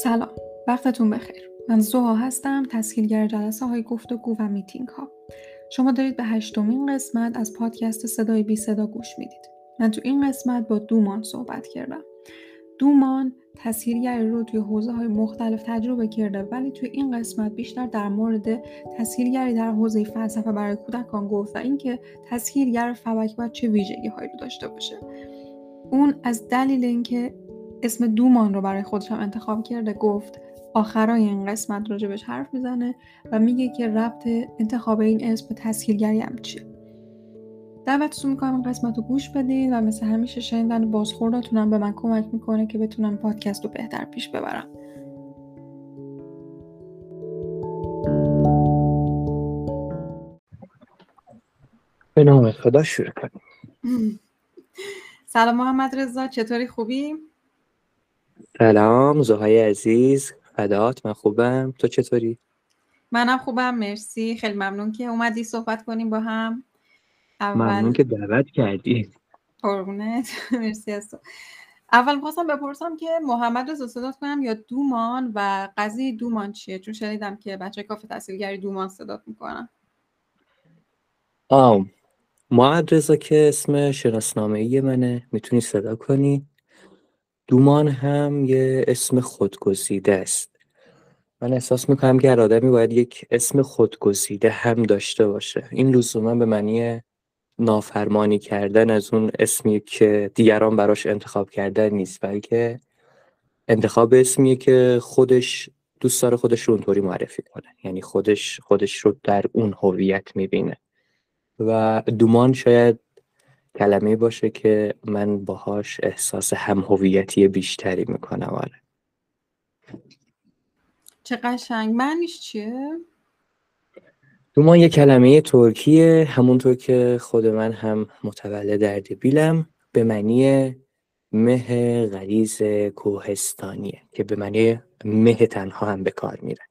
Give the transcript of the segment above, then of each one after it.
سلام، وقتتون بخیر. من زوها هستم، تسهیلگر جلسه های گفتگو و میتینگ ها. شما دارید به 8مین قسمت از پادکست صدای بی صدا گوش میدید. من تو این قسمت با دومان صحبت کردم. دومان تسهیلگری رو توی حوزه های مختلف تجربه کرده، ولی توی این قسمت بیشتر در مورد تسهیلگری در حوزه فلسفه برای کودکان گفت و اینکه تسهیلگر فلک باید چه ویژگی هایی رو داشته باشه. اون از دلیل اینکه اسم دومان رو برای خودش هم انتخاب کرده گفت آخرای این قسمت راجبش حرف میزنه و میگه که ربط انتخاب این اسم به تسهیلگری هم چیه. دعوتتون میکنم این قسمت رو گوش بدین و مثل همیشه شنیدن بازخورداتونم به من کمک میکنه که بتونم پادکست رو بهتر پیش ببرم. به نام خدا شروع کنیم. سلام محمد رضا، چطوری؟ خوبی؟ سلام زوهای عزیز، فدات. من خوبم، تو چطوری؟ منم خوبم، مرسی. خیلی ممنون که اومدی صحبت کنیم با هم. ممنون که دعوت کردی. قربونت. مرسی از تو. اول می‌خواستم بپرسم که محمد رضا صدات کنم یا دومان و قضیه دومان چیه؟ چون شنیدم که بچه کافه تحصیلگری دومان صدات میکنن. محمد رضا که اسم شناسنامه‌ای منه، میتونی صدا کنی. دومان هم یه اسم خودگزیده است. من احساس میکنم که هر آدمی باید یک اسم خودگزیده هم داشته باشه. این لزوما به معنی نافرمانی کردن از اون اسمی که دیگران براش انتخاب کردن نیست، بلکه انتخاب اسمیه که خودش دوست داره خودش رو اونطوری معرفی کنه، یعنی خودش رو در اون هویت میبینه. و دومان شاید کلمه باشه که من باهاش احساس هم هویتی بیشتری میکنم. آره. چه قشنگ. معنیش چیه؟ دومان یه کلمه ترکیه، همونطور که خود من هم متولد اردبیلم، به معنی مه غلیظ کوهستانیه که به معنی مه تنها هم به کار میره.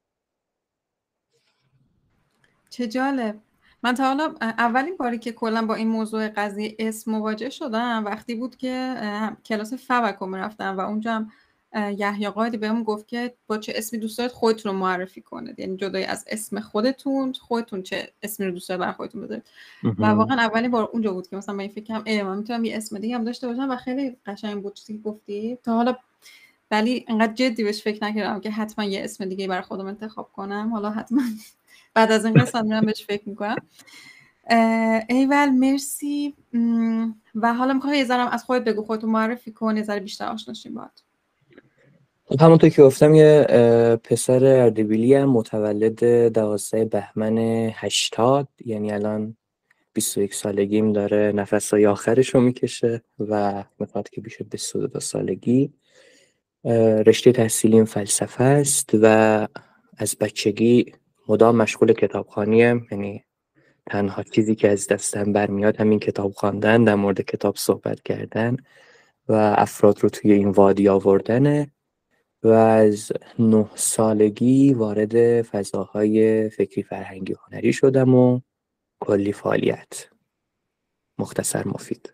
چه جالب. من تا حالا اولین باری که کلا با این موضوع قضیه اسم مواجه شدم وقتی بود که کلاس فبکو میرفتم و اونجا هم یحیی قائدی بهم گفت که با چه اسمی دوست دارید خودتون رو معرفی کنید، یعنی جدای از اسم خودتون چه اسمی رو دوست دارید برای خودتون بذارید. و واقعا اولین بار اونجا بود که مثلا من فکر کردم من میتونم یه اسم دیگه هم داشته باشم و خیلی قشنگ بود چیزی که گفتی. تا حالا ولی انقدر جدی بهش فکر نکردم که حتما یه اسم دیگه برای خودم انتخاب کنم. حالا حتما بعد از این قسمت میرم بهش فکر میکنم. ایول، مرسی. و حالا میخوام یه ذره از خودت بگو، خودتو معرفی کن، یه ذره بیشتر آشنا شیم باهات. همونطور که گفتم یه پسر اردبیلی هم، متولد 12 بهمن 80، یعنی الان 21 سالگیم داره، نفسای آخرش رو میکشه و میخواد که بشه 22 سالگی. رشته تحصیلیم فلسفه است و از بچگی مدام مشغول کتابخوانیم، یعنی تنها چیزی که از دستم برمیاد همین کتاب خواندن، در مورد کتاب صحبت کردن و افراد رو توی این وادی آوردنه. و از 9 سالگی وارد فضاهای فکری فرهنگی و هنری شدم و کلی فعالیت. مختصر مفید.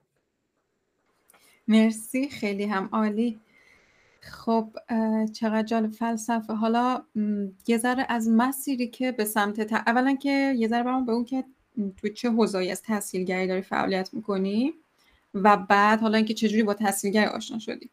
مرسی، خیلی هم عالی. خب چقدر جالب. فلسفه. حالا یه ذره از مسیری که به سمت اولا که یه ذره برام به اون که تو چه حوزه‌ای از تحصیلگری داری فعالیت میکنی و بعد حالا اینکه چجوری با تحصیلگری آشنا شدی.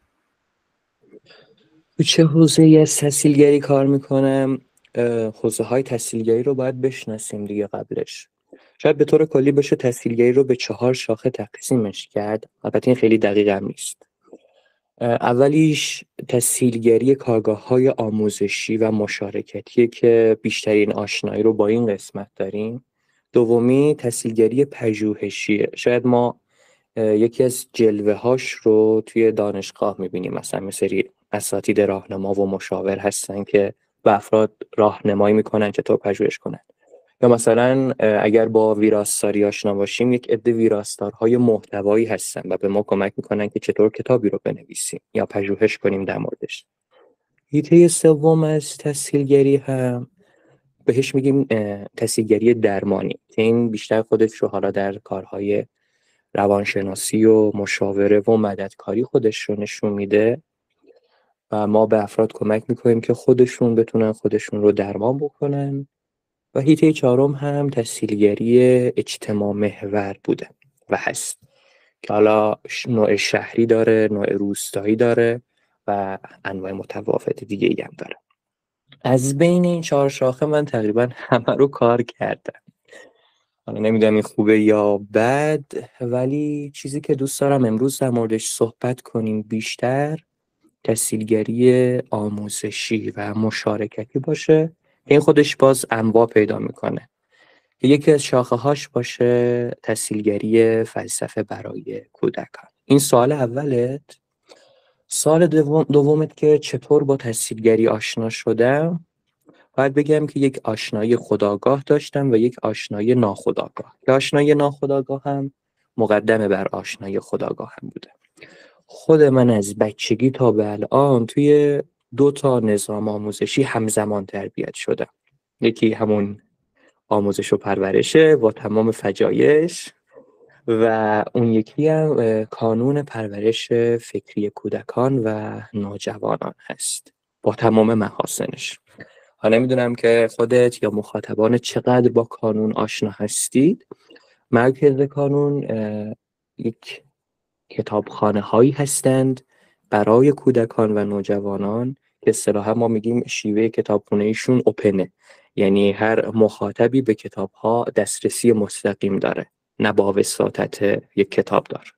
تو چه حوزه‌ای از تحصیلگری کار میکنم؟ حوزه های تحصیلگری رو باید بشناسیم دیگه قبلش. شاید به طور کلی بشه تحصیلگری رو به 4 شاخه تقسیمش کرد. البته این خیلی دقیق هم نیست. اولیش تحصیلگری کارگاه‌های آموزشی و مشارکتی که بیشترین آشنایی رو با این قسمت داریم. دومی تحصیلگری پژوهشیه. شاید ما یکی از جلوه‌هاش رو توی دانشگاه می‌بینیم، مثلا یه سری اساتید راهنما و مشاور هستن که به افراد راهنمایی میکنن چطور پژوهش کنن. یا مثلا اگر با ویراستاری آشنا باشیم، یک عده ویراستارهای محتوایی هستن و به ما کمک میکنن که چطور کتابی رو بنویسیم یا پژوهش کنیم در موردش. حیطه سوم از تحصیلگری هم بهش میگیم تحصیلگری درمانی که این بیشتر خودش رو حالا در کارهای روانشناسی و مشاوره و مددکاری خودش رو نشون میده. و ما به افراد کمک میکنیم که خودشون بتونن خودشون رو درمان بکنن. و حیطه چهارم هم تسهیلگری اجتماع محور بوده و هست که حالا نوع شهری داره، نوع روستایی داره و انواع متفاوت دیگه ای هم داره. از بین این 4 شاخه من تقریبا همه رو کار کردم. حالا نمیدونم این خوبه یا بد، ولی چیزی که دوست دارم امروز در موردش صحبت کنیم بیشتر تسهیلگری آموزشی و مشارکتی باشه. این خودش باز انواع پیدا میکنه. یکی از شاخه‌هاش باشه تسهیلگری فلسفه برای کودکان. این سوال اولت. سوال دومت که چطور با تسهیلگری آشنا شدم، باید بگم که یک آشنایی خودآگاه داشتم و یک آشنایی ناخودآگاه. که آشنایی ناخودآگاه هم مقدمه بر آشنایی خودآگاه هم بوده. خود من از بچگی تا به الان توی 2 نظام آموزشی همزمان تربیت شدم. یکی همون آموزش و پرورشه با تمام فجایش و اون یکی هم کانون پرورش فکری کودکان و نوجوانان هست با تمام محاسنش. نمیدونم که خودت یا مخاطبان چقدر با کانون آشنا هستید. مرکز کانون یک کتابخانه هایی هستند برای کودکان و نوجوانان که اصطلاحاً ما میگیم شیوه کتابخونه ایشون اوپنه، یعنی هر مخاطبی به کتاب ها دسترسی مستقیم داره، نه با وساطت یک کتاب دار.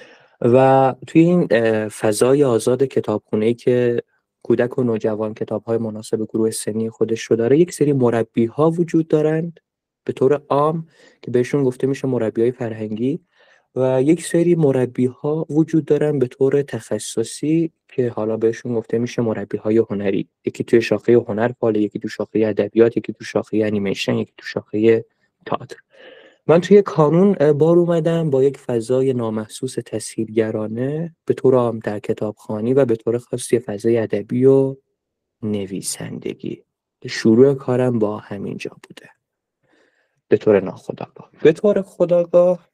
و توی این فضای آزاد کتابخونه‌ای که کودک و نوجوان کتاب‌های مناسب گروه سنی خودش رو داره، یک سری مربی‌ها وجود دارند به طور عام که بهشون گفته میشه مربی‌های فرهنگی، و یک سری مربی‌ها وجود دارن به طور تخصصی که حالا بهشون گفته میشه مربی‌های هنری. یکی توی شاخه هنر فعال، یکی تو شاخه ادبیات، یکی تو شاخه انیمیشن، یکی تو شاخه تئاتر. من توی کانون بار اومدم با یک فضای نامحسوس تسهیلگرانه به طور عام در کتابخوانی و به طور خاص یه فضای ادبی و نویسندگی. شروع کارم با همینجا بوده به طور ناخودآگاه. به طور خودآگاه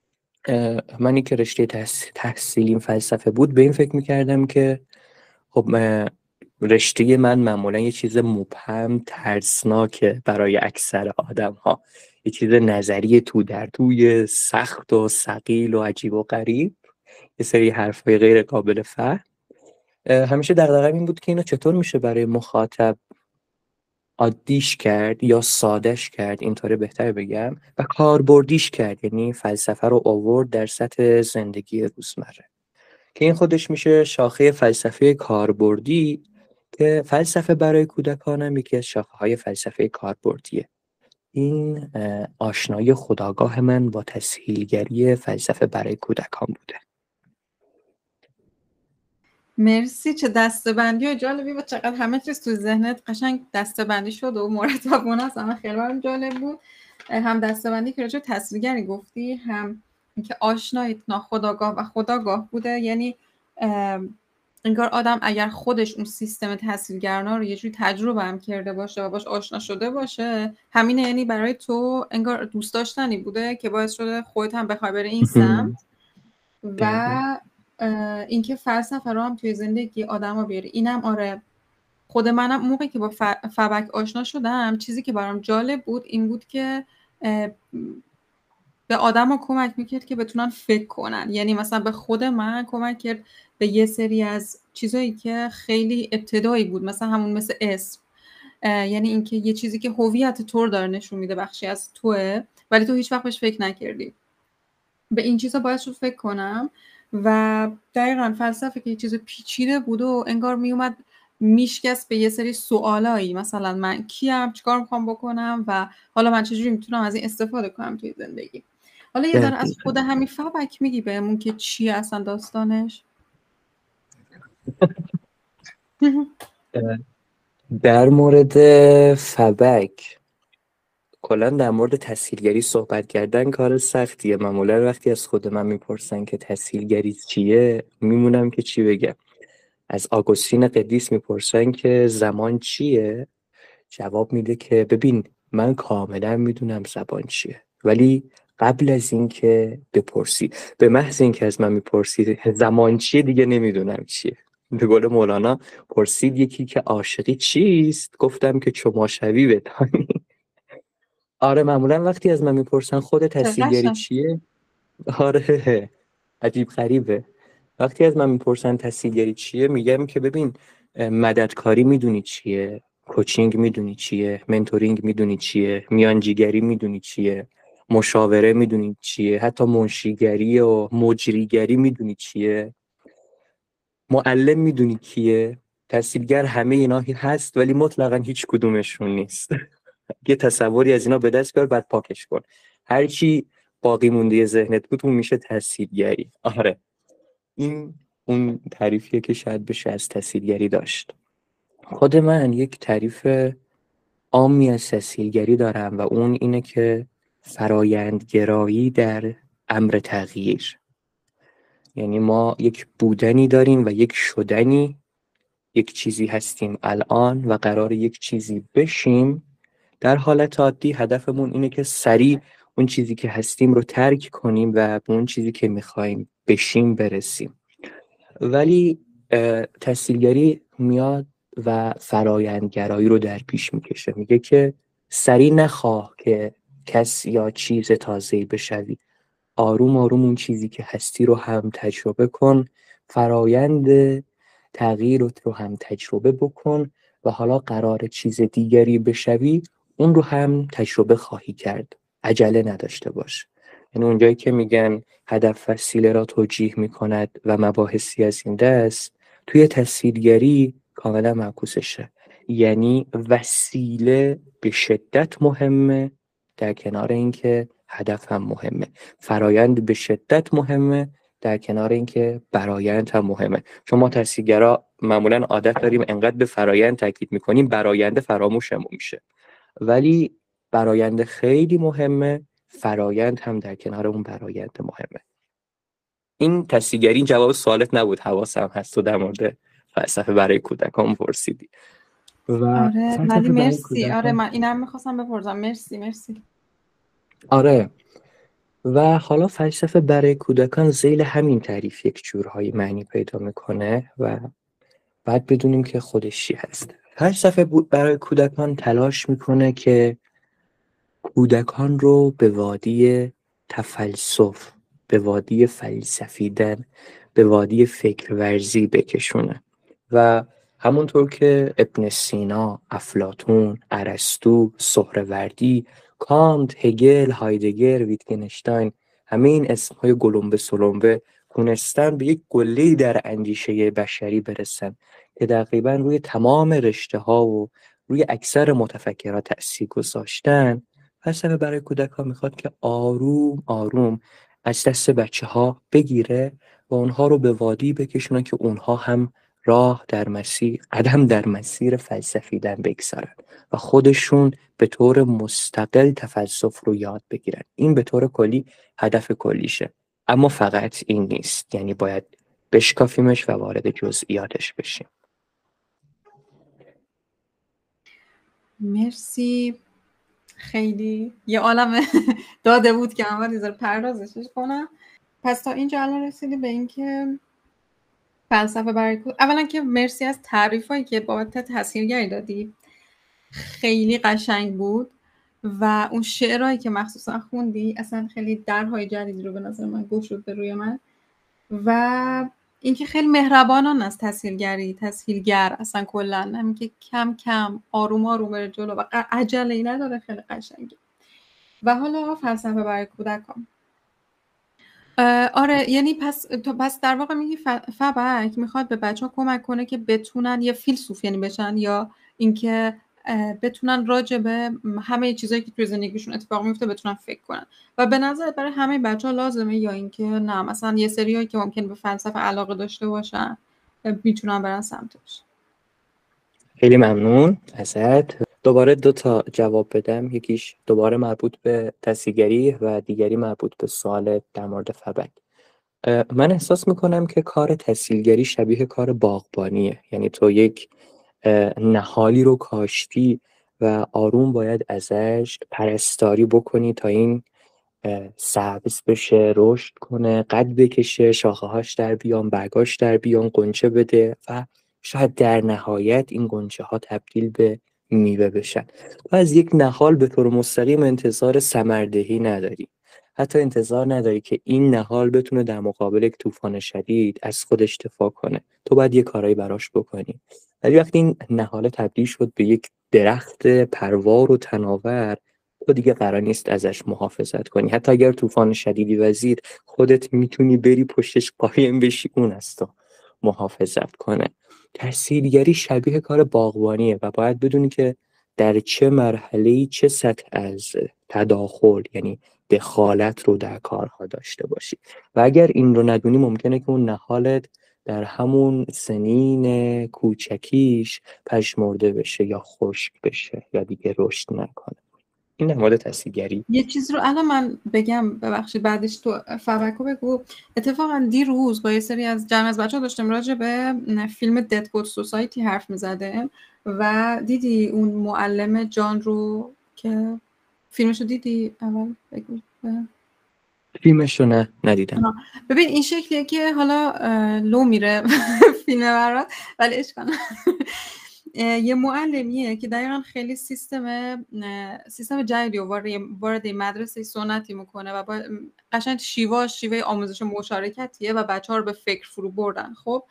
منی که رشته تحصیلیم فلسفه بود به این فکر میکردم که خب رشته من معمولا یه چیز مبهم ترسناکه برای اکثر آدم ها، یه چیز نظری تو در توی سخت و ثقیل و عجیب و غریب، یه سری حرفای غیر قابل فهم. همیشه دغدغه‌م این بود که اینو چطور میشه برای مخاطب عادیش کرد یا سادهش کرد، اینطوری بهتر بگم، و کاربردیش کرد، یعنی فلسفه رو آورد در سطح زندگی روزمره، که این خودش میشه شاخه فلسفه کاربردی که فلسفه برای کودکان هم یکی از شاخه‌های فلسفه کاربردیه. این آشنایی خودآگاه من با تسهیلگری فلسفه برای کودکان بوده. مرسی، چه دسته‌بندی و جالبی و چقدر همه چیز تو ذهنت قشنگ دسته‌بندی شد و مرتب منظم. خیلی برام جالب بود. هم دسته‌بندی که راجع به تسهیلگری گفتی، هم اینکه آشنایی ناخودآگاه و خودآگاه بوده. یعنی انگار آدم اگر خودش اون سیستم تسهیلگرانه رو یه جوری تجربه هم کرده باشه و باش آشنا شده باشه، همینه. یعنی برای تو انگار دوست داشتنی بوده که باعث شده خودت هم بخوای بری این سمت و اینکه فلسفه رو هم توی زندگی آدم‌ها بیاری. اینم آره، خود منم موقعی که با فبک آشنا شدم، چیزی که برام جالب بود این بود که به آدم‌ها کمک میکرد که بتونن فکر کنن. یعنی مثلا به خود من کمک کرد به یه سری از چیزایی که خیلی ابتدایی بود، مثلا همون مثل اسم، یعنی اینکه یه چیزی که هویت تو رو داره نشون میده، بخشی از توئه، ولی تو هیچ وقت بهش فکر نکردی. به این چیزا باید شد فکر کنم. و دقیقاً فلسفه که یه چیز پیچیده بود و انگار میومد میشکست به یه سری سوالایی، مثلا من کیم، چیکار میخوام بکنم و حالا من چجوری میتونم از این استفاده کنم توی زندگی. حالا یه ذره از خود همین فبک میگی بهمون که چیه اصلا داستانش؟ در مورد فبک کلا در مورد تسهیلگری صحبت کردن کار سختیه. معمولا وقتی از خود من میپرسن که تسهیلگری چیه، میمونم که چی بگم. از آگوستین قدیس میپرسن که زمان چیه، جواب میده که ببین من کاملا میدونم زبان چیه، ولی قبل از این که بپرسی، به محض این که از من میپرسی زمان چیه، دیگه نمیدونم چیه. به قول مولانا پرسید یکی که عاشقی چیست، گفتم که چو ما شوی بدانی. آره معمولا وقتی از من میپرسن خود تسهیلگری قشنگ. چیه، آره عجیب غریبه، وقتی از من میپرسن تسهیلگری چیه میگم که ببین مددکاری میدونی چیه، کوچینگ میدونی چیه، منتورینگ میدونی چیه، میانجیگری میدونی چیه، مشاوره میدونی چیه، حتی منشیگری و مجریگری میدونی چیه، معلم میدونی کیه. تسهیلگر همه اینا هست ولی مطلقا هیچ کدومشون نیست. یه تصوری از اینا به دست بیار بعد پاکش کن، هر چی باقی مونده ذهنت بود اون میشه تسهیلگری. آره این اون تعریفیه که شاید بشه از تسهیلگری داشت. خود من یک تعریف عامی از تسهیلگری دارم و اون اینه که فرایندگرایی در امر تغییر. یعنی ما یک بودنی داریم و یک شدنی، یک چیزی هستیم الان و قرار یک چیزی بشیم. در حالت عادی هدفمون اینه که سریع اون چیزی که هستیم رو ترک کنیم و به اون چیزی که میخوایم بشیم برسیم. ولی تسهیلگری میاد و فرایندگرایی رو در پیش میکشه، میگه که سریع نخواه که کس یا چیز تازه‌ای بشوی، آروم آروم اون چیزی که هستی رو هم تجربه کن، فرایند تغییر رو هم تجربه بکن و حالا قرار چیز دیگری بشوی اون رو هم تجربه خواهی کرد، عجله نداشته باش. یعنی اونجایی که میگن هدف وسیله را توجیه میکند و مباحثی از این دست، توی تسهیلگری کاملا معکوسشه. یعنی وسیله به شدت مهمه در کنار اینکه هدف هم مهمه، فرایند به شدت مهمه در کنار اینکه برایند هم مهمه. چون ما تسهیلگرا معمولا عادت داریم انقدر به فرایند تاکید میکنیم براینده فراموشمون میشه، ولی برایند خیلی مهمه، فرایند هم در کنار اون برایند مهمه. این تسهیلگری، این جواب سوالت نبود، حواسم هست تو در مورد فلسفه برای کودکان پرسیدی و آره ولی فلسفه برای مرسی. آره کودکان. من اینم میخواستم بپرسم. مرسی. آره و حالا فلسفه برای کودکان ذیل همین تعریف یک جورهایی معنی پیدا میکنه و بعد بدونیم که خودش چی هست. فلسفه برای کودکان تلاش میکنه که کودکان رو به وادی تفلسف، به وادی فلسفیدن، به وادی فکر ورزی بکشونه و همونطور که ابن سینا، افلاطون، ارسطو، سهروردی، کانت، هگل، هایدگر، ویتگنشتاین، همه این اسمهای گلمبه سلمبه تونستن به یک گله‌ای در اندیشه بشری برسن که تقریبا روی تمام رشته ها و روی اکثر متفکرات تأثیر گذاشتن. فلسفه برای کودکان میخواد که آروم آروم از دست بچه ها بگیره و اونها رو به وادی بکشونه که اونها هم راه در مسیر، قدم در مسیر فلسفیدن بگذارن و خودشون به طور مستقل تفلسف رو یاد بگیرن. این به طور کلی هدف کلیشه، اما فقط این نیست، یعنی باید بشکافیمش و وارد جزئیاتش بشیم. مرسی. خیلی یه عالم داده بود که اول یه پردازشش کنم. پس تا اینجا الان رسیدی به این که فلسفه برای اولا که مرسی از تعریفایی که بابت تسهیلگری دادی، خیلی قشنگ بود و اون شعرهایی که مخصوصا خوندی اصلا خیلی درهای جدیدی رو به نظر من گشود به روی من و اینکه خیلی مهربانان از تسهیلگر اصلا کلا همین که کم کم آروم آروم بره جلو و عجله ای نداره، خیلی قشنگه. و حالا فلسفه برای کودکان. آره یعنی پس در واقع میگی فبک میخواد به بچه ها کمک کنه که بتونن یه فیلسوف یعنی بشن، یا اینکه بتونن راجع به همه چیزایی که توی زندگیشون اتفاق میفته بتونن فکر کنن. و به نظرت برای همه بچه ها لازمه یا اینکه نه مثلا یه سریایی که ممکن به فلسفه علاقه داشته باشن میتونن برن سمتش؟ خیلی ممنون ازت. دوباره 2 تا جواب بدم، یکیش دوباره مربوط به تسهیلگری و دیگری مربوط به سوال در مورد فبک. من احساس میکنم که کار تسهیلگری شبیه کار باغبانیه، یعنی تو یک نهالی رو کاشتی و آروم باید ازش پرستاری بکنی تا این سبز بشه، رشد کنه، قد بکشه، شاخه‌هاش در بیان، برگاش در بیان، غنچه بده و شاید در نهایت این غنچه ها تبدیل به میوه بشن. و از یک نهال به طور مستقیم انتظار ثمردهی نداری، حتی انتظار نداری که این نهال بتونه در مقابل یک طوفان شدید از خودش دفاع کنه. تو باید یه کارایی براش بکنی. ولی وقتی این نهال تبدیل شد به یک درخت پروار و تناور، تو دیگه قرار نیست ازش محافظت کنی. حتی اگر طوفان شدیدی وزید، خودت میتونی بری پشتش قایم بشی، اون از تو محافظت کنه. تحصیلگری شبیه کار باغبانیه و باید بدونی که در چه مرحله‌ای چه سطح از تداخل، یعنی دخالت رو در کارها داشته باشی. و اگر این رو ندونی، ممکنه که اون نهالت در همون سنین کوچکیش پژمرده بشه یا خشک بشه یا دیگه رشد نکنه. این در مورد تحصیلگری. یه چیز رو الان من بگم، ببخشید بعدش تو فبرکو بگو. اتفاقا دیروز با یه سری از جمع از بچه‌ها داشتم راجع به فیلم دد گود سوسایتی حرف می‌زدم و دیدی اون معلم جان رو که فیلمشو دیدی؟ اول بگو. فیلمش رو ندیدم. ببین این شکلیه که حالا لو میره فیلم برات، ولی اشکال یه معلمیه که دقیقا خیلی سیستم جدیدی وارد مدرسه سنتی میکنه و با قشنگ شیوه آموزش مشارکتیه و بچه‌ها رو به فکر فرو بردن. خب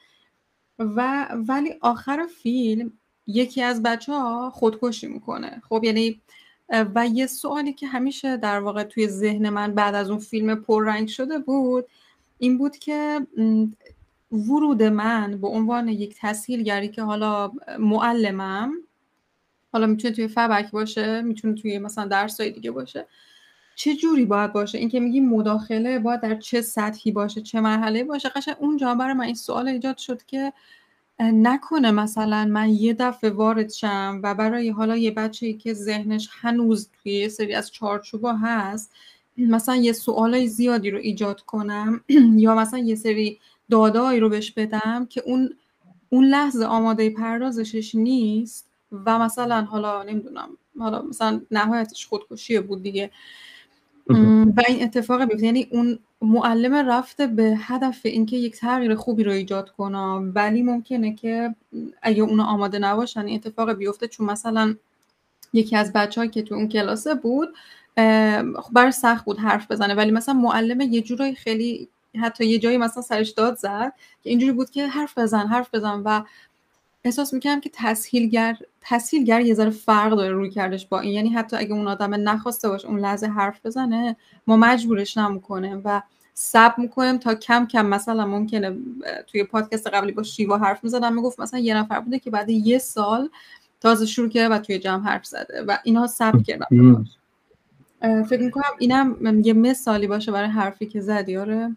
ولی آخر فیلم یکی از بچه‌ها خودکشی میکنه. خب یعنی و یه سوالی که همیشه در واقع توی ذهن من بعد از اون فیلم پررنگ شده بود این بود که ورود من به عنوان یک تسهیلگری که حالا معلمم، حالا میتونه توی فبک باشه، میتونه توی مثلا درسای دیگه باشه، چه جوری باید باشه؟ این که میگی مداخله باید در چه سطحی باشه، چه مرحله باشه، قشنگ اونجا برای من این سوال ایجاد شد که نکنه مثلا من یه دفعه وارد شم و برای حالا یه بچه‌ای که ذهنش هنوز توی یه سری از چارچوبا هست مثلا یه سوالای زیادی رو ایجاد کنم یا مثلا یه سری دادایی رو بهش بدم که اون لحظه آماده پردازشش نیست و مثلا حالا نمیدونم، حالا مثلا نهایتش خودکشی بود دیگه و این اتفاق بیفته. یعنی اون معلم رفته به هدف اینکه یک تغییر خوبی رو ایجاد کنه، ولی ممکنه که اگه اونا آماده نباشن این اتفاق بیفته، چون مثلا یکی از بچه‌ها که تو اون کلاسه بود خب برای سخت بود حرف بزنه، ولی مثلا معلم یه جورایی خیلی حتی یه جایی مثلا سرش داد زد که اینجوری بود که حرف بزن و احساس میکنم که تسهیلگر یه ذره فرق داره روی کردش با این. یعنی حتی اگه اون آدم نخواسته باشه اون لحظه حرف بزنه، ما مجبورش نمیکنیم و صبر میکنیم تا کم کم. مثلا ممکنه توی پادکست قبلی با شیوا حرف میزدم، میگفت مثلا یه نفر بوده که بعد یه سال تازه شروع کرده و توی جمع حرف زده و اینها صبر کردم. فکر میکنم اینم یه مثالی باشه برای حرفی که زدی. آره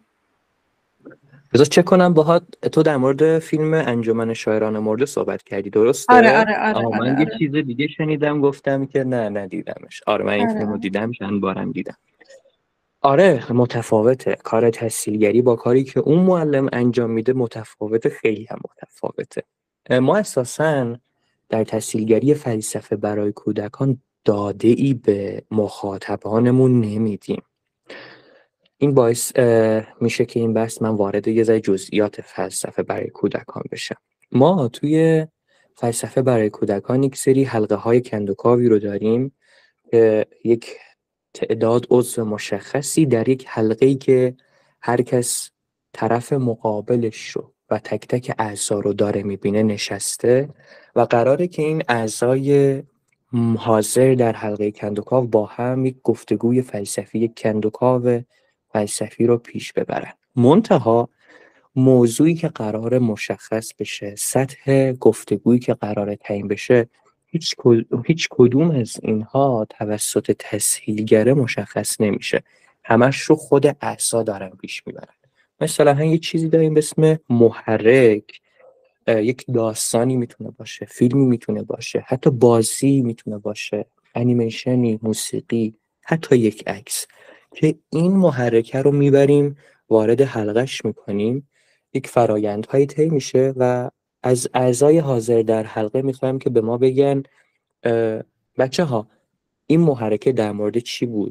بذار چک کنم باهات. تو در مورد فیلم انجمن شاعران مرده صحبت کردی، درسته؟ من یه چیز دیگه شنیدم گفتم که نه ندیدمش. آره من این فیلم رو دیدم، چند بارم دیدم. آره متفاوته. کار تحصیلگری با کاری که اون معلم انجام میده متفاوته، خیلی هم متفاوته. ما اساساً در تحصیلگری فلسفه برای کودکان داده‌ای به مخاطبانمون نمیدیم. این باعث میشه که این بحث من وارد یه ذره جزئیات فلسفه برای کودکان بشم. ما توی فلسفه برای کودکان یک سری حلقه های کندوکاوی رو داریم که یک تعداد عضو مشخصی در یک حلقه‌ای که هر کس طرف مقابلش رو و تک تک اعضا رو داره میبینه نشسته و قراره که این اعضای حاضر در حلقه کندوکاو با هم یک گفتگوی فلسفی، یک کندوکاو فلسفی رو پیش ببرن. منتها موضوعی که قرار مشخص بشه، سطح گفتگویی که قراره تعیین بشه، هیچ کدوم از اینها توسط تسهیلگره مشخص نمیشه. همش رو خود اعضا دارن پیش میبرن. مثلا یه چیزی داریم به اسم محرک. یک داستانی میتونه باشه، فیلمی میتونه باشه، حتی بازی میتونه باشه، انیمیشنی، موسیقی، حتی یک عکس، که این محرکه رو میبریم وارد حلقش میکنیم، یک فرایندهایی طی میشه و از اعضای حاضر در حلقه میخوایم که به ما بگن بچه ها این محرکه در مورد چی بود؟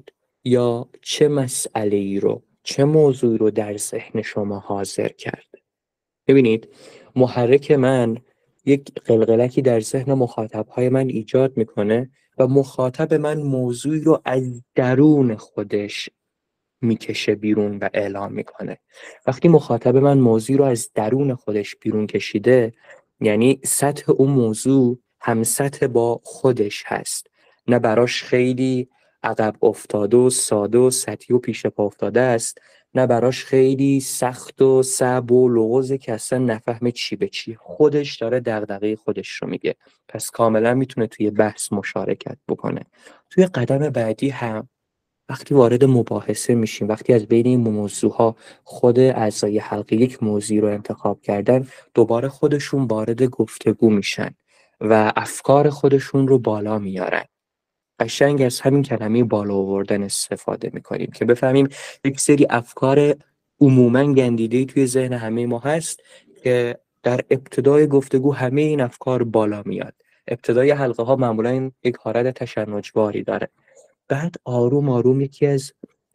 یا چه مسئله ای رو، چه موضوعی رو در ذهن شما حاضر کرده. ببینید، محرک من یک قلقلکی در ذهن مخاطبهای من ایجاد میکنه و مخاطب من موضوعی رو از درون خودش میکشه بیرون و اعلام میکنه. وقتی مخاطب من موضوع رو از درون خودش بیرون کشیده، یعنی سطح اون موضوع هم سطح با خودش هست، نه براش خیلی عقب افتاده و ساده و سطحی و پیش پا افتاده است، نه براش خیلی سخت و صعب و لغزه که اصلا نفهمه چی به چی. خودش داره دغدغه خودش رو میگه، پس کاملا میتونه توی بحث مشارکت بکنه. توی قدم بعدی هم وقتی وارد مباحثه میشیم، وقتی از بین این موضوعها خود اعضای حلقه یک موضوع رو انتخاب کردن، دوباره خودشون وارد گفتگو میشن و افکار خودشون رو بالا میارن. قشنگ از همین کلمه بالا آوردن استفاده میکنیم که بفهمیم یک سری افکار عموما گندیده توی ذهن همه ما هست که در ابتدای گفتگو همه این افکار بالا میاد. ابتدای حلقه ها معمولا یک حالت تشنجباری داره. بعد آروم آروم یکی از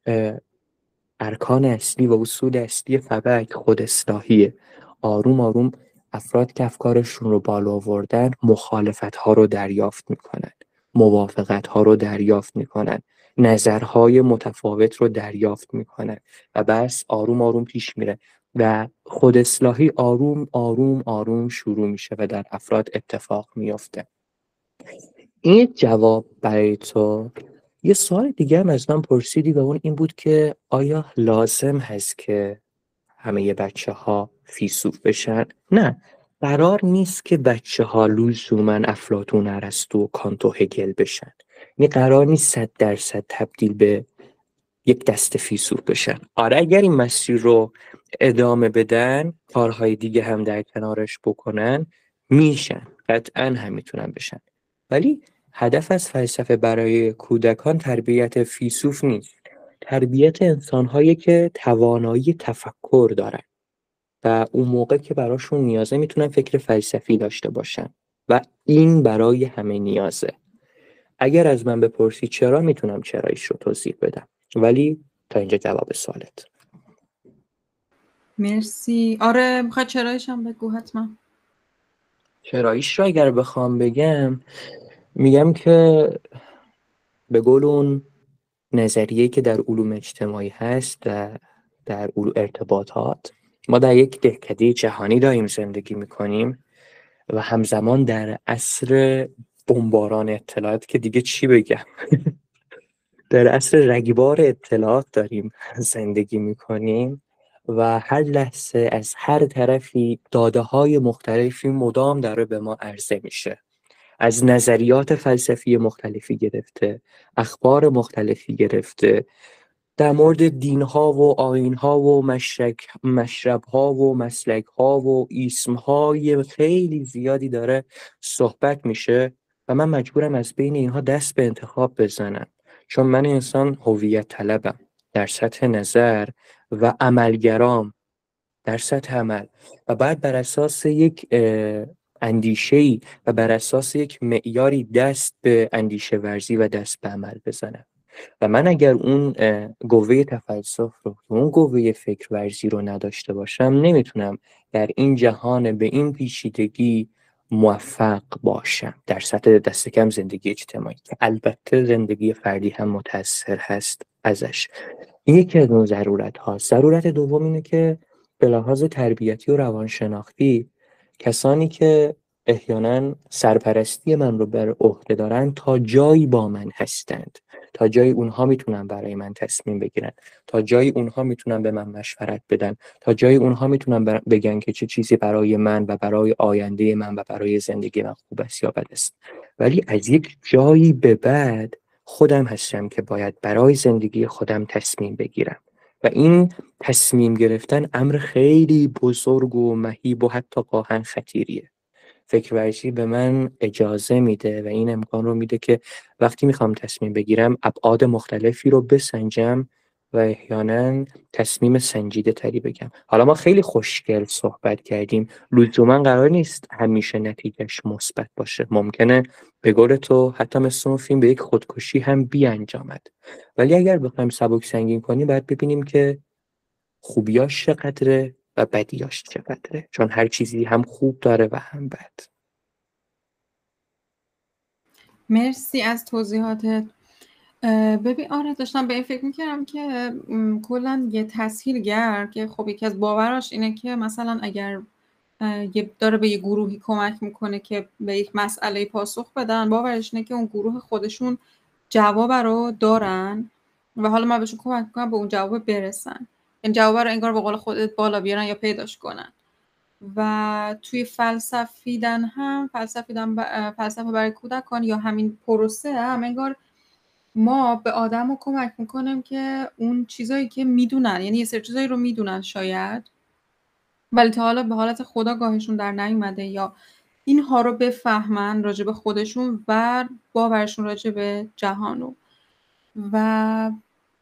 ارکان اصلی و اصول اصلی فبک خود اصلاحیه. آروم آروم افراد که افکارشون رو بالا آوردن مخالفت ها رو دریافت میکنن، موافقت ها رو دریافت میکنن، نظرهای متفاوت رو دریافت میکنن و بس آروم آروم پیش میره و خود اصلاحی آروم آروم آروم شروع میشه و در افراد اتفاق میفته. این جواب برای تو. یه سوال دیگه هم از من پرسیدی و اون این بود که آیا لازم هست که همه بچه ها فیلسوف بشن؟ نه، قرار نیست که بچه ها لزوما افلاطون، ارسطو و کانت و هگل بشن. یعنی قرار نیست 100% تبدیل به یک دسته فیلسوف بشن. آره، اگر این مسیر رو ادامه بدن، کارهای دیگه هم در کنارش بکنن، میشن، قطعا هم میتونن بشن. ولی هدف از فلسفه برای کودکان تربیت فیلسوف نیست. تربیت انسان‌هایی که توانایی تفکر دارن و اون موقع که براشون نیازه میتونن فکر فلسفی داشته باشن و این برای همه نیازه. اگر از من بپرسی چرا، میتونم چرایش رو توضیح بدم، ولی تا اینجا جواب سوالت. مرسی. آره، میخواد چرایش هم بگو حتما. چرایش رو اگر بخوام بگم، میگم که به قول اون نظریه‌ای که در علوم اجتماعی هست و در علوم ارتباطات، ما در یک دهکده جهانی داریم زندگی میکنیم و همزمان در عصر بمباران اطلاعات که دیگه چی بگم در عصر رگبار اطلاعات داریم زندگی میکنیم و هر لحظه از هر طرفی داده‌های مختلفی مدام داره به ما عرضه میشه، از نظریات فلسفی مختلفی گرفته، اخبار مختلفی گرفته، در مورد دین‌ها و آیین‌ها و مشرب‌ها و مسلک‌ها و ایسم‌های خیلی زیادی داره صحبت میشه و من مجبورم از بین اینها دست به انتخاب بزنم، چون من انسان هویت طلبم در سطح نظر و عملگرام در سطح عمل و بعد بر اساس یک اندیشه‌ای و بر اساس یک معیاری دست به اندیشه ورزی و دست به عمل بزنم. و من اگر اون قوه تفلسف رو، اون قوه فکر ورزی رو نداشته باشم، نمیتونم در این جهان به این پیچیدگی موفق باشم در سطح دست کم زندگی اجتماعی که البته زندگی فردی هم متأثر هست ازش. این یکی از اون ضرورت هاست. ضرورت دوم اینه که به لحاظ تربیتی و روانشناختی کسانی که احیانا سرپرستی من رو بر عهده دارن تا جایی با من هستند، تا جایی اونها میتونن برای من تصمیم بگیرن، تا جایی اونها میتونن به من مشورت بدن، تا جایی اونها میتونن بگن که چه چیزی برای من و برای آینده من و برای زندگی من خوب است یا بد است. ولی از یک جایی به بعد خودم هستم که باید برای زندگی خودم تصمیم بگیرم و این تصمیم گرفتن امر خیلی بزرگ و مهیب و حتی گاهن خطیریه. فکر ورزی به من اجازه میده و این امکان رو میده که وقتی میخوام تصمیم بگیرم ابعاد مختلفی رو بسنجم و احیانا تصمیم سنجیده تری بگم. حالا ما خیلی خوشگل صحبت کردیم، لزوما قرار نیست همیشه نتیجهش مثبت باشه. ممکنه به قول تو حتی مثل اون فیلم به یک خودکشی هم بیانجامد. ولی اگر بخوایم سبک سنگین کنیم باید ببینیم که خوبیاش چقدره و بدیاش چقدره، چون هر چیزی هم خوب داره و هم بد. مرسی از توضیحاتت. ببین آره، داشتم به این فکر میکردم که کلا یه تسهیلگر که خب یکی از باوراش اینه که مثلا اگر داره به یه گروهی کمک میکنه که به یک مسئله پاسخ بدن، باورش اینه که اون گروه خودشون جواب رو دارن و حالا من بهشون کمک میکنم به اون جواب برسن، این جواب رو انگار به قول خودت بالا بیارن یا پیداش کنن. و توی فلسفه برای کودکان یا همین پروسه هم انگار ما به آدم رو کمک میکنیم که اون چیزایی که میدونن، یعنی یه سری چیزایی رو میدونن شاید ولی تا حالا به حالت خودآگاهشون در نیومده، یا اینها رو بفهمن راجع به خودشون و باورشون راجع به جهانو. و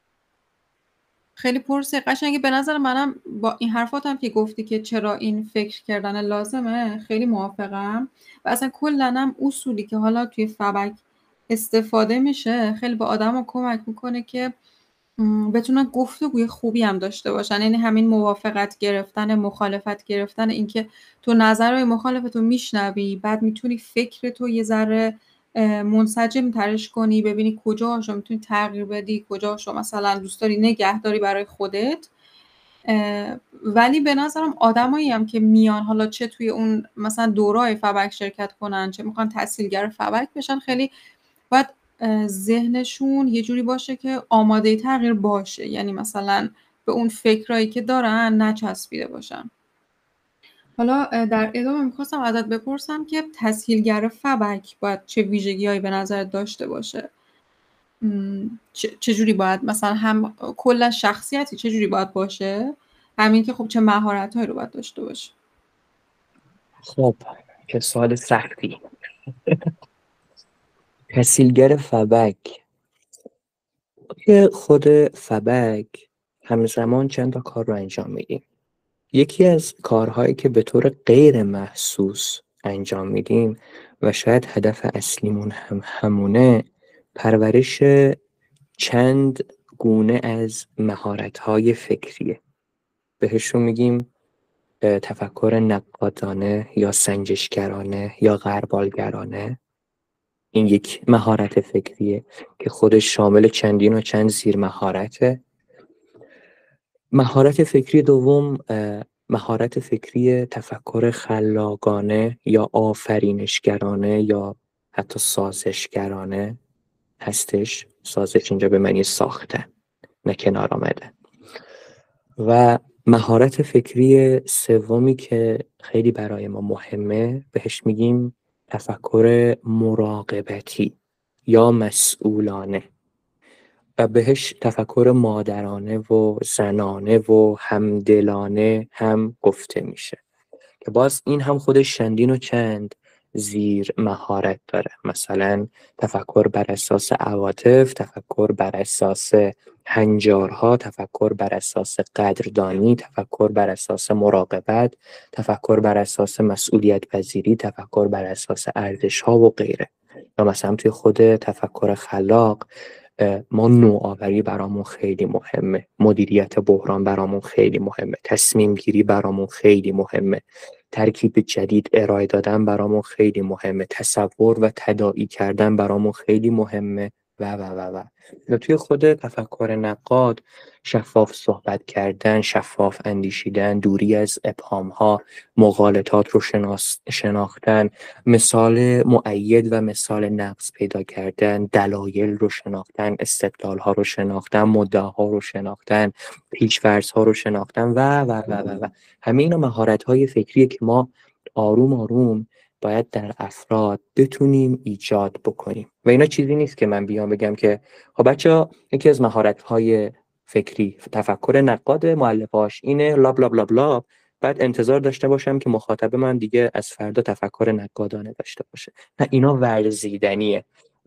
خیلی پرسه قشنگه به نظر منم با این حرفاتم که گفتی که چرا این فکر کردن لازمه، خیلی موافقم. و اصلا کلنم اصولی که حالا توی فبک استفاده میشه خیلی به آدم کمک میکنه که بتونن گفتگوی خوبی هم داشته باشن. یعنی همین موافقت گرفتن، مخالفت گرفتن، اینکه تو نظرهای مخالفتو میشنوی، بعد میتونی فکرتو یه ذره منسجم ترش کنی، ببینی کجاشو میتونی تغییر بدی، کجاشو مثلا دوست داری نگه داری برای خودت. ولی به نظرم آدمایی هم که میان حالا چه توی اون مثلا دورای فبک شرکت کنن، چه میخوان تحصیلگر فبک بشن، خیلی باید ذهنشون یه جوری باشه که آماده تغییر باشه، یعنی مثلا به اون فکرایی که دارن نچسبیده باشن. حالا در ادامه میخواستم ازت بپرسم که تسهیلگر فبک باید چه ویژگی‌هایی به نظرت داشته باشه؟ چجوری باید مثلا هم کلا شخصیتی چجوری باید باشه، همین که خب چه مهارت‌هایی رو باید داشته باشه؟ خب که سوال سختی. تسهیلگر فبک، که خود فبک همزمان چند تا کار رو انجام میدیم. یکی از کارهایی که به طور غیر محسوس انجام میدیم و شاید هدف اصلیمون هم همونه، پرورش چند گونه از مهارت‌های فکریه. بهشون میگیم تفکر نقادانه یا سنجشگرانه یا غربالگرانه. این یک مهارت فکریه که خودش شامل چندین و چند زیر مهارته. مهارت فکری دوم مهارت فکری تفکر خلاقانه یا آفرینشگرانه یا حتی سازشگرانه هستش. سازش اینجا به معنی ساختن، نه کنار آمدن. و مهارت فکری سومی که خیلی برای ما مهمه بهش میگیم تفکر مراقبتی یا مسئولانه و بهش تفکر مادرانه و زنانه و همدلانه هم گفته میشه که باز این هم خودش چندین و چند زیر مهارت داره. مثلا تفکر بر اساس عواطف، تفکر بر اساس هنجارها، تفکر بر اساس قدردانی، تفکر بر اساس مراقبت، تفکر بر اساس مسئولیت پذیری، تفکر بر اساس ارزش‌ها و غیره. یا مثلا توی خود تفکر خلاق ما نوآوری برامون خیلی مهمه، مدیریت بحران برامون خیلی مهمه، تصمیم گیری برامون خیلی مهمه، ترکیب جدید ارائه دادن برامون خیلی مهمه، تصور و تداعی کردن برامون خیلی مهمه و توی خود تفکر نقاد شفاف صحبت کردن، شفاف اندیشیدن، دوری از ابهام‌ها، مغالطات رو شناختن، مثال مؤید و مثال نقص پیدا کردن، دلایل رو شناختن، استدلال‌ها رو شناختن، مدعاها رو شناختن، پیش‌فرض‌ها رو شناختن و همه اینا مهارت‌های فکریه که ما آروم آروم باید در افراد بتونیم ایجاد بکنیم. و اینا چیزی نیست که من بیام بگم که خب بچه‌ها یکی از مهارت‌های فکری تفکر نقاد مؤلفه‌اش اینه لاب لاب لاب لاب، بعد انتظار داشته باشم که مخاطب من دیگه از فردا تفکر نقادانه داشته باشه. نه، اینا ورزیدنیه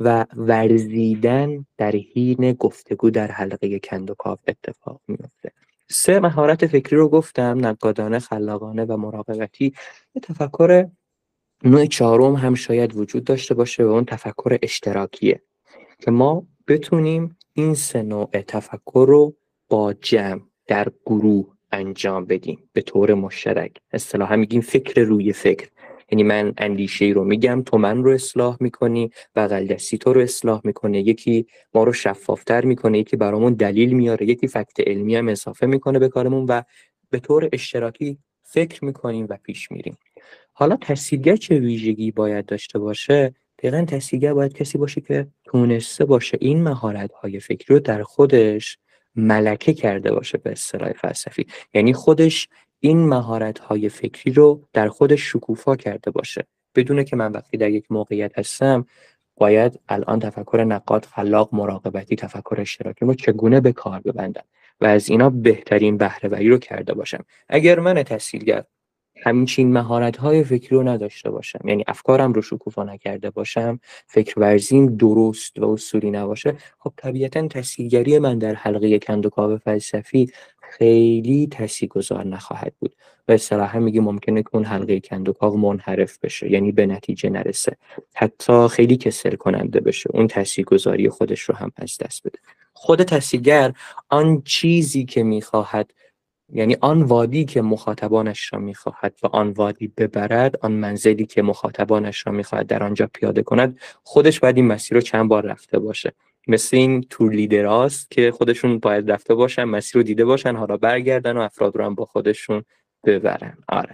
و ورزیدن در حین گفتگو در حلقه کندوکاو اتفاق میفته. 3 مهارت فکری رو گفتم: نقادانه، خلاقانه و مراقبتی. یه تفکر نوع 4م هم شاید وجود داشته باشه و اون تفکر اشتراکیه که ما بتونیم این 3 نوع تفکر رو با جمع در گروه انجام بدیم به طور مشترک. اصطلاحا میگیم فکر روی فکر، یعنی من اندیشه‌ای رو میگم، تو من رو اصلاح میکنی، بغل دستی تو رو اصلاح میکنه، یکی ما رو شفافتر میکنه، یکی برامون دلیل میاره، یکی فکت علمی هم اضافه میکنه به کارمون و به طور اشتراکی فکر میکنیم و پیش میریم. حالا تحصیلگر چه ویژگی باید داشته باشه؟ دقیقاً تحصیلگر باید کسی باشه که تونسته باشه این مهارت‌های فکری رو در خودش ملکه کرده باشه به اصطلاح فلسفی، یعنی خودش این مهارت‌های فکری رو در خودش شکوفا کرده باشه، بدونه که من وقتی در یک موقعیت هستم باید الان تفکر نقاد، خلاق، مراقبتی، تفکر اشتراکی رو چگونه به کار ببندم و از اینا بهترین بهره‌وری رو کرده باشم. اگر من تحصیلگر همچین مهارت‌های فکری رو نداشته باشم، یعنی افکارم رو شکوفا نکرده باشم، فکر ورزیم درست و اصولی نباشه، خب طبیعتاً تحصیلگری من در حلقه کندوکاو فلسفی خیلی تاثیرگذار نخواهد بود و اصطلاحاً میگه ممکنه که اون حلقه کندوکاو منحرف بشه، یعنی به نتیجه نرسه، حتی خیلی کسل کننده بشه، اون تاثیرگذاری خودش رو هم از دست بده. خود تحصیلگر آن چیزی که میخواهد، یعنی آن وادی که مخاطبانش را میخواهد و آن وادی ببرد، آن منزلی که مخاطبانش را میخواهد در آنجا پیاده کند، خودش باید این مسیر رو چند بار رفته باشه. مثل این تور لیدراست که خودشون باید رفته باشن، مسیر رو دیده باشن، حالا برگردن و افراد رو هم با خودشون ببرن. آره.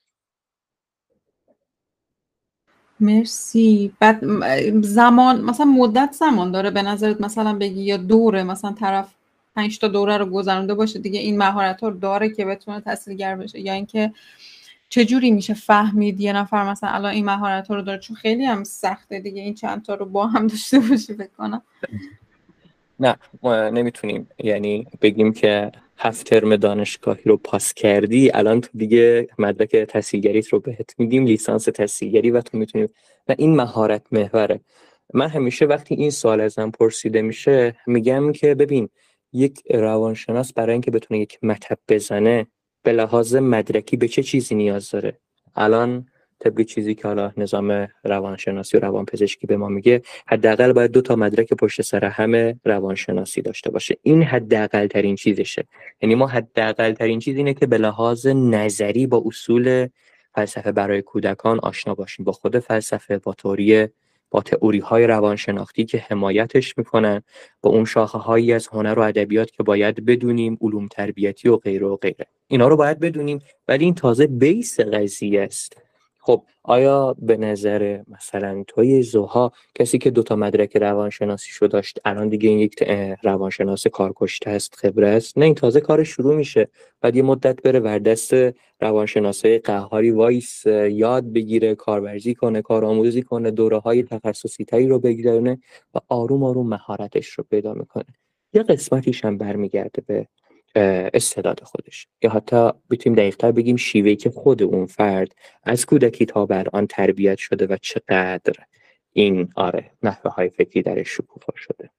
مرسی. بعد زمان، مثلا مدت زمان داره به نظرت مثلا بگی، یا دوره مثلا طرف 5 تا دوره رو گذرونده باشه دیگه این مهارت ها رو داره که بتونه تحصیلگر بشه، یا اینکه چجوری میشه فهمید یه نفر مثلا الان این مهارت ها رو داره؟ چون خیلی هم سخته دیگه این چند تا رو با هم داشته باشی بکنم. نه، ما نمیتونیم یعنی بگیم که 7 ترم دانشگاهی رو پاس کردی الان تو دیگه مدرک تحصیلگریت رو بهت میدیم، لیسانس تحصیلگری، و تو میتونی. نه، این مهارت محوره. من همیشه وقتی این سوال ازم پرسیده میشه میگم که ببین، یک روانشناس برای اینکه بتونه یک مطب بزنه به لحاظ مدرکی به چه چیزی نیاز داره؟ الان طبق چیزی که حالا نظام روانشناسی و روانپزشکی به ما میگه، حداقل باید 2 تا مدرک پشت سر هم روانشناسی داشته باشه. این حداقل ترین چیزشه. یعنی ما حداقل ترین چیز اینه که به لحاظ نظری با اصول فلسفه برای کودکان آشنا باشیم، با خود فلسفه، با تئوری های روانشناختی که حمایتش میکنن، با اون شاخه هایی از هنر و ادبیات که باید بدونیم، علوم تربیتی و غیره و غیره. اینا رو باید بدونیم، ولی این تازه بیس قضیه است. خب آیا به نظر مثلا توی زوها کسی که 2 تا مدرک روانشناسیشو داشت الان دیگه این یک روانشناس کارکشته است، خبره است؟ نه، این تازه کار شروع میشه. بعد یه مدت بره وردست روانشناسای قهاری وایس، یاد بگیره، کارورزی کنه، کارآموزی کنه، دوره‌های تخصصی تری رو بگذرونه و آروم آروم مهارتش رو پیدا میکنه. یه قسمتیش هم برمیگرده به استعداد خودش، یا حتی بتونیم دقیق‌تر بگیم شیوهی که خود اون فرد از کودکی تا بر آن تربیت شده و چقدر این نحوه های فکری درش شکوفا شده.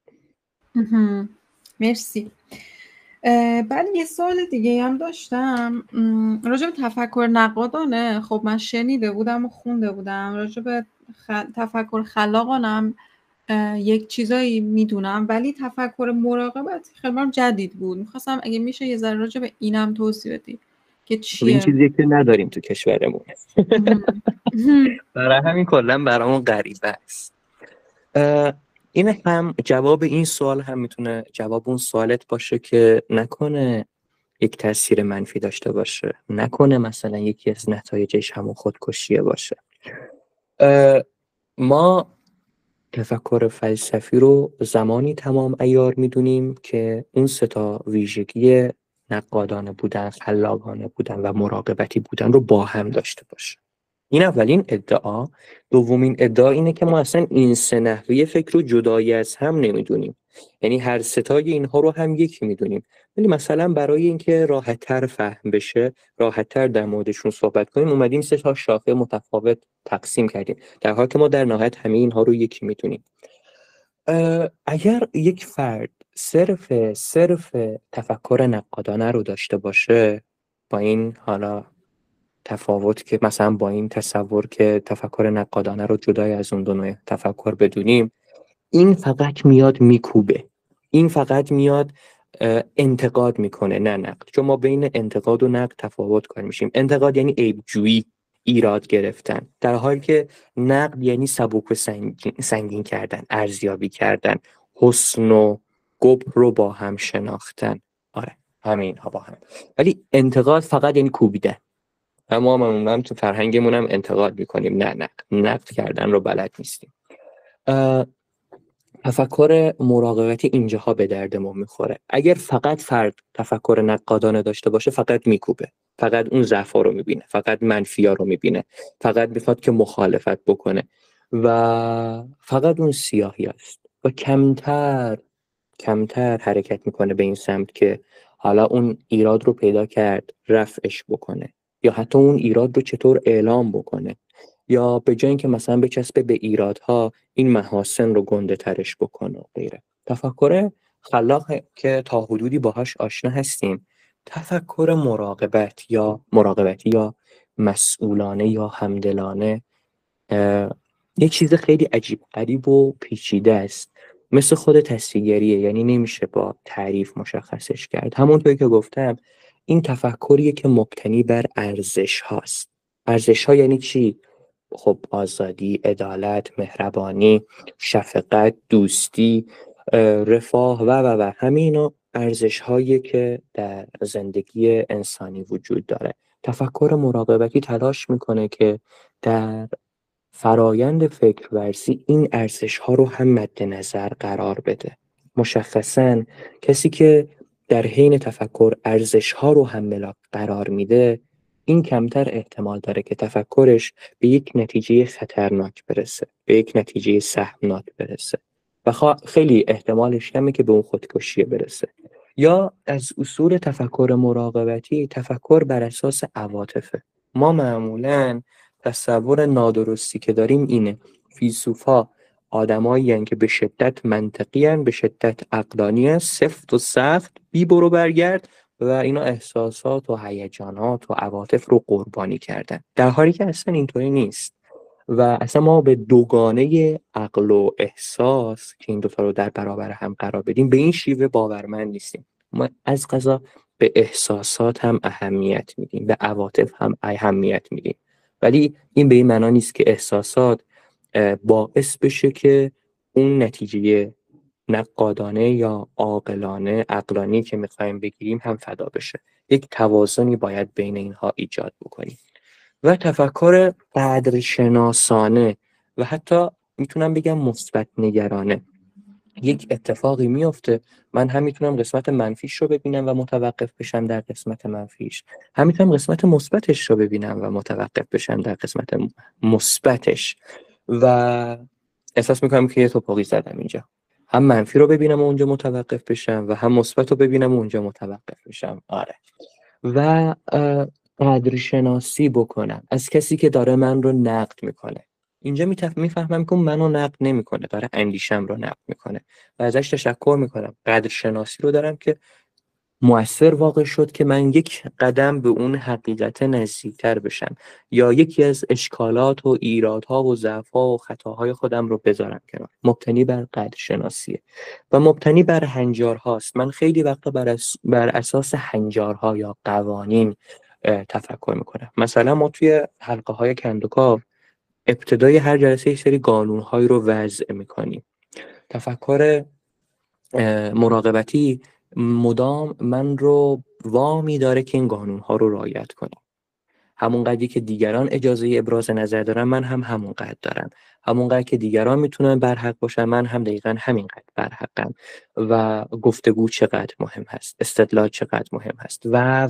مرسی. بعد یه سوال دیگه هم داشتم راجع به تفکر نقادانه. خب من شنیده بودم و خونده بودم راجع به تفکر خلاقانم یک چیزایی میدونم، ولی تفکر مراقبت خیلی برام جدید بود. میخواستم اگه میشه یه ذره راجع به اینم توضیح بدی که این چیه. چیزی که نداریم تو کشورمون. برای همین کلا برامون غریبه است. این هم جواب این سوال هم میتونه جواب اون سوالت باشه که نکنه یک تاثیر منفی داشته باشه، نکنه مثلا یکی از نتایجش همون خودکشیه باشه. ما تفکر فلسفی رو زمانی تمام عیار میدونیم که اون 3 تا ویژگی نقادانه بودن، خلاقانه بودن و مراقبتی بودن رو با هم داشته باشه. این اولین ادعا. دومین ادعا اینه که ما اصلا این 3 نحوه فکر رو جدایی از هم نمیدونیم. یعنی هر ستای اینها رو هم یک میدونیم، ولی مثلا برای اینکه راحت‌تر فهم بشه، راحت‌تر در موردشون صحبت کنیم، اومدیم 3 تا شاخه متفاوت تقسیم کردیم، در حالی که ما در نهایت همه اینها رو یکی میدونیم. اگر یک فرد صرف تفکر نقادانه رو داشته باشه، با این حالا تفاوت که مثلا با این تصور که تفکر نقادانه رو جدای از اون دو نوع تفکر بدونیم، این فقط میاد میکوبه، این فقط میاد انتقاد میکنه نه نقد. چون ما بین انتقاد و نقد تفاوت کار میشیم. انتقاد یعنی عیبجویی، ایراد گرفتن، در حالی که نقد یعنی سبک و سنگین کردن، ارزیابی کردن، حسن و قبح رو با هم شناختن. آره همه اینها با هم. ولی انتقاد فقط یعنی کوبیدن. اما ما تو فرهنگمون هم انتقاد میکنیم، نه نقد کردن رو بلد نیستیم. تفکر مراقبتی اینجاها به درد ما میخوره. اگر فقط فرد تفکر نقادانه داشته باشه، فقط میکوبه، فقط اون ضعفا رو میبینه، فقط منفیا رو میبینه، فقط میخواد که مخالفت بکنه و فقط اون سیاهی است و کمتر حرکت میکنه به این سمت که حالا اون ایراد رو پیدا کرد رفعش بکنه، یا حتی اون ایراد رو چطور اعلام بکنه، یا به جای اینکه مثلا بچسبه به ایرادها این محاسن رو گنده ترش بکنه و غیره. تفکر خلاق که تا حدودی باهاش آشنا هستیم، تفکر مراقبتی یا مسئولانه یا همدلانه، یه چیز خیلی عجیب غریب و پیچیده است، مثل خود تصویرگریه، یعنی نمیشه با تعریف مشخصش کرد. همونطوری که گفتم این تفکریه که مبتنی بر ارزش هاست. ارزش ها یعنی چی؟ خب آزادی، عدالت، مهربانی، شفقت، دوستی، رفاه و همینا ارزش هایی که در زندگی انسانی وجود داره. تفکر مراقبتی تلاش میکنه که در فرایند فکرورزی این ارزش ها رو هم مد نظر قرار بده. مشخصاً کسی که در حین تفکر ارزش ها رو هم ملاک قرار میده، این کمتر احتمال داره که تفکرش به یک نتیجه خطرناک برسه، به یک نتیجه سهمناک برسه و خیلی احتمالش کمه که به اون خودکشی برسه. یا از اصول تفکر مراقبتی، تفکر بر اساس عواطفه. ما معمولاً تصور نادرستی که داریم اینه: فیلسوفا آدمایی هستند که به شدت منطقی هستند، به شدت عقلانی هستند، سفت و سخت، بی برو برگرد، و اینا احساسات و هیجانات و عواطف رو قربانی کردن، در حالی که اصلا اینطوری نیست. و اصلا ما به دوگانه عقل و احساس که این دوتا رو در برابر هم قرار بدیم به این شیوه باورمند نیستیم. ما از قضا به احساسات هم اهمیت میدیم، به عواطف هم اهمیت میدیم، ولی این به این معنا نیست که احساسات باعث بشه که اون نتیجه نقادانه یا عقلانی که میخوایم بگیریم هم فدا بشه. یک توازنی باید بین اینها ایجاد بکنیم. و تفکر قدرشناسانه و حتی میتونم بگم مثبت نگرانه. یک اتفاقی میفته، من هم میتونم قسمت منفیش رو ببینم و متوقف بشم در قسمت منفیش، هم میتونم قسمت مثبتش رو ببینم و متوقف بشم در قسمت مثبتش، و احساس میکنم که یه توپاقی زدم اینجا، هم منفی رو ببینم و اونجا متوقف بشم و هم مثبت رو ببینم و اونجا متوقف بشم. آره. و قدرشناسی بکنم از کسی که داره من رو نقد میکنه. اینجا میفهمم که منو نقد نمیکنه، داره اندیشم رو نقد میکنه و ازش تشکر میکنم. قدرشناسی رو دارم که مؤثر واقع شد که من یک قدم به اون حقیقت نزدیکتر بشم، یا یکی از اشکالات و ایرادها و ضعف‌ها و خطاهای خودم رو بذارم کنار. مبتنی بر قدرشناسیه و مبتنی بر هنجارهاست. من خیلی وقتا بر اساس هنجارها یا قوانین تفکر میکنم. مثلا ما توی حلقه های کندوکاو ابتدای هر جلسه یک سری قانون‌های رو وضع میکنیم. تفکر مراقبتی مدام من رو وامی داره که این قانون‌ها رو رعایت کنم. همون قدری که دیگران اجازه ابراز نظر دارن، من هم همون قدر دارم. همون قدر که دیگران میتونن برحق باشن، من هم دقیقاً همین قدر برحقم. و گفتگو چقدر مهم هست، استدلال چقدر مهم هست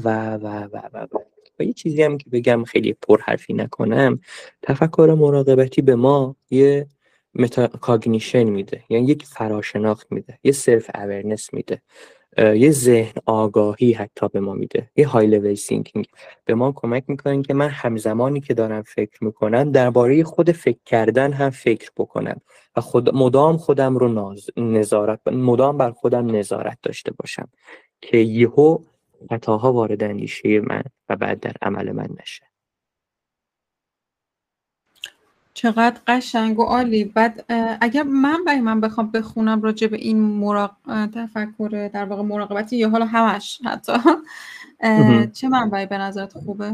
و یه چیزی هم که بگم خیلی پرحرفی نکنم، تفکر مراقبتی به ما یه متاکاگنیشن میده، یعنی یک فراشناخت میده، یه سلف اورننس میده، یه ذهن آگاهی حتی به ما میده، یه های لول سینکینگ به ما کمک میکنه که من همزمانی که دارم فکر میکنم درباره خود فکر کردن هم فکر بکنم و مدام خودم رو مدام بر خودم نظارت داشته باشم که یهو خطاها وارد اندیشه من و بعد در عمل من نشه. چقدر قشنگ و عالی. بعد اگر من بخوام بخونم راجع به این تفکر در واقع مراقبتی یا حالا همش حتی چه منبعی به نظرت خوبه؟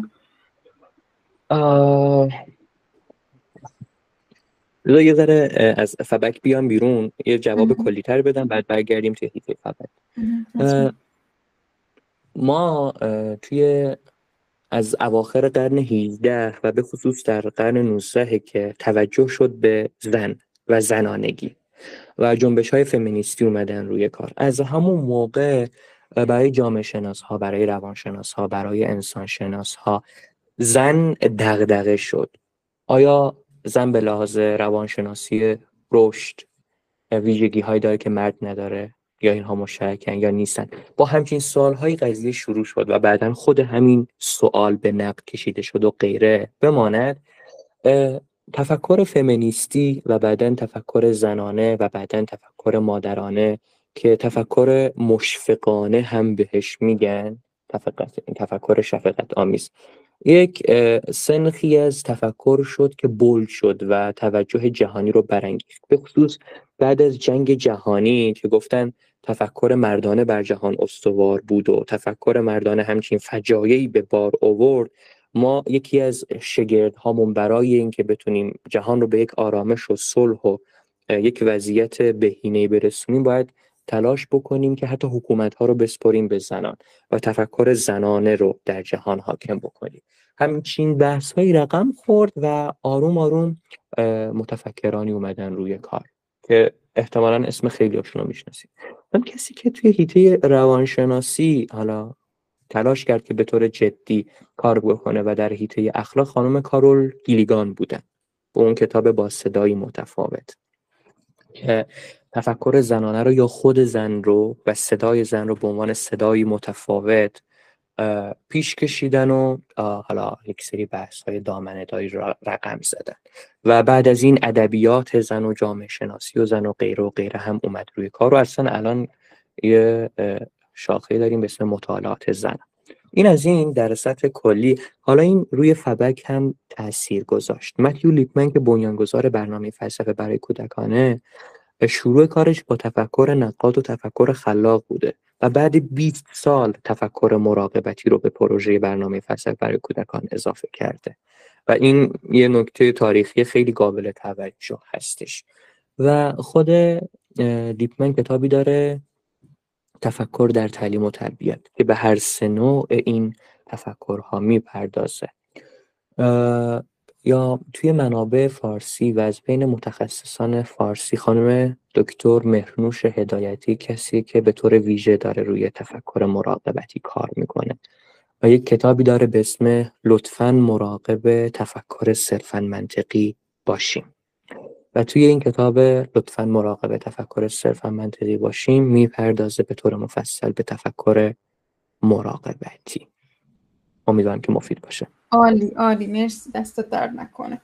یه ذره از فبک بیام بیرون، یه جواب کلی‌تر بدم، بعد برگردیم توی حیطه فبک. ما توی از اواخر قرن 18 و به خصوص در قرن 19 که توجه شد به زن و زنانگی و جنبش‌های فمینیستی اومدن روی کار. از همون موقع برای جامعه شناس‌ها، برای روانشناس‌ها، برای انسانشناس‌ها زن دغدغه شد. آیا زن به لحاظ روانشناسی رشد ویژگی‌هایی داره که مرد نداره، یا اینها مشترکن یا نیستن؟ با همچین سوال‌های قضیه شروع شد و بعداً خود همین سوال به نقد کشیده شد و غیره. بماند تفکر فمینیستی و بعداً تفکر زنانه و بعداً تفکر مادرانه که تفکر مشفقانه هم بهش میگن، تفکر شفقت آمیز، یک سنخی از تفکر شد که بولد شد و توجه جهانی رو برانگیخت، به خصوص بعد از جنگ جهانی که گفتن تفکر مردانه بر جهان استوار بود و تفکر مردانه همچین فجایعی به بار آورد. ما یکی از شگردهامون برای اینکه بتونیم جهان رو به یک آرامش و صلح و یک وضعیت بهینه‌ای برسونیم باید تلاش بکنیم که حتی حکومت‌ها رو بسپاریم به زنان و تفکر زنانه رو در جهان حاکم بکنیم. همچین بحث‌هایی رقم خورد و آروم آروم متفکرانی اومدن روی کار که احتمالاً اسم خیلی هاشون رو میشناسید. من کسی که توی حیطه روانشناسی حالا تلاش کرد که به طور جدی کار بکنه و در حیطه اخلاق خانم کارول گیلیگان بودن با اون کتاب با صدایی متفاوت که تفکر زنانه رو یا خود زن رو و صدای زن رو به عنوان صدایی متفاوت پیش کشیدن و حالا یک سری بحث‌های دامنه‌داری را رقم زدن و بعد از این ادبیات زن و جامعه شناسی و زن و غیره هم اومد روی کار و اصلا الان یه شاخه داریم به اسم مطالعات زن. این از این در سطح کلی. حالا این روی فبک هم تأثیر گذاشت. متیو لیپمن که بنیانگذار برنامه فلسفه برای کودکانه شروع کارش با تفکر نقاد و تفکر خلاق بوده و بعد 20 سال تفکر مراقبتی رو به پروژه برنامه فلسفه برای کودکان اضافه کرده و این یه نکته تاریخی خیلی قابل توجه هستش. و خود لیپمن کتابی داره تفکر در تعلیم و تربیت که به هر سه نوع این تفکرها میپردازه. یا توی منابع فارسی و از بین متخصصان فارسی خانم دکتر مهرنوش هدایتی کسی که به طور ویژه داره روی تفکر مراقبتی کار میکنه و یک کتابی داره به اسم لطفاً مراقب تفکر صرفاً منطقی باشیم و توی این کتاب لطفاً مراقب تفکر صرفاً منطقی باشیم میپردازه به طور مفصل به تفکر مراقبتی. امیدوارم که مفید باشه. عالی عالی، مرسی، دستت درد نکنه.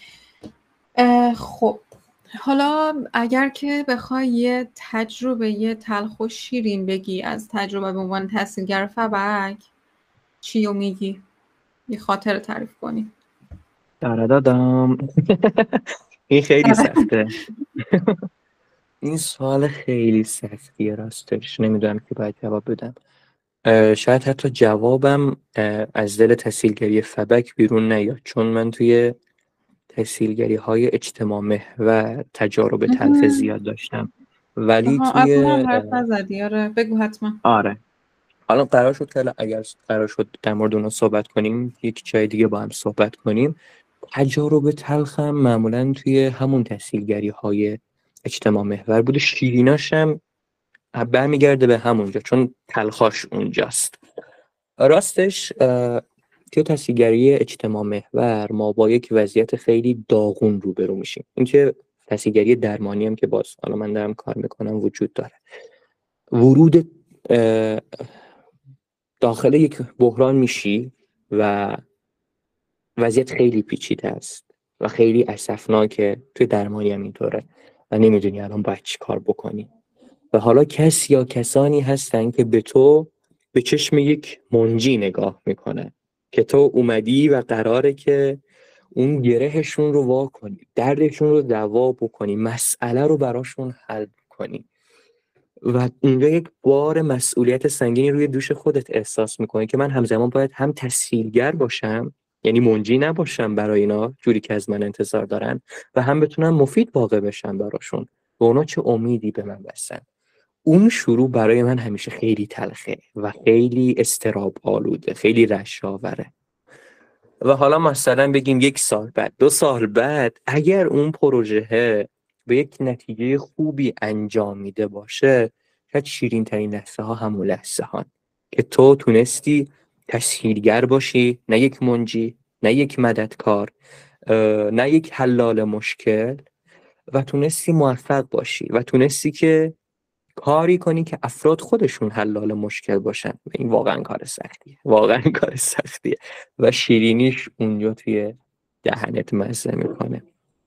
خب حالا اگر که بخوای یه تجربه تلخ و شیرین بگی از تجربه به عنوان تحصیلگر فبک، چیو میگی؟ یه خاطره تعریف کنی. دادم این خیلی سخته. این سوال خیلی سختیه راستش، نمیدونم که باید جواب بدم. شاید حتی جوابم از دل تحصیلگری فبک بیرون نیاد، چون من توی تحصیلگری های اجتماع محور تجارب تلخ زیاد داشتم، ولی از توی اونم حرف نزدی. آره بگو حتما. آره الان قرار شد که اگر قرار شد در مورد اونها صحبت کنیم یک جای دیگه با هم صحبت کنیم. تجارب تلخم معمولا توی همون تحصیلگری های اجتماع محور بوده، شیریناش هم برمیگرده به همونجا چون تلخاش اونجاست. راستش توی تحصیلگری اجتماع محور ما با یک وضعیت خیلی داغون روبرو میشیم. اینکه تحصیلگری درمانی هم که باز حالا من دارم کار میکنم وجود داره. ورود داخل یک بحران میشی و وضعیت خیلی پیچیده است و خیلی اسفناکه. توی درمانی هم اینطوره و نمیدونی الان باید چی کار بکنی و حالا کسی یا کسانی هستن که به تو به چشم یک منجی نگاه میکنه که تو اومدی و قراره که اون گرهشون رو وا کنی، دردشون رو دوا بکنی، مسئله رو براشون حل کنی و اونجا یک بار مسئولیت سنگینی روی دوش خودت احساس میکنی که من همزمان باید هم تسهیلگر باشم، یعنی منجی نباشم برای اینا جوری که از من انتظار دارن، و هم بتونم مفید واقع بشم براشون و اونا چه امیدی به من بستن. اون شروع برای من همیشه خیلی تلخه و خیلی اضطراب آلوده، خیلی رنج‌آوره. و حالا مثلا بگیم 1 سال بعد، 2 سال بعد، اگر اون پروژه به یک نتیجه خوبی انجام میده باشه، شاید شیرین ترین لحظه ها همون لحظه ها که تو تونستی تسهیلگر باشی، نه یک منجی، نه یک مددکار، نه یک حلال مشکل، و تونستی موفق باشی و تونستی که کاری کنی که افراد خودشون حلال مشکل باشن. و این واقعا کار سختیه، واقعا کار سختیه و شیرینیش اونجا توی دهنت مزه میکنه.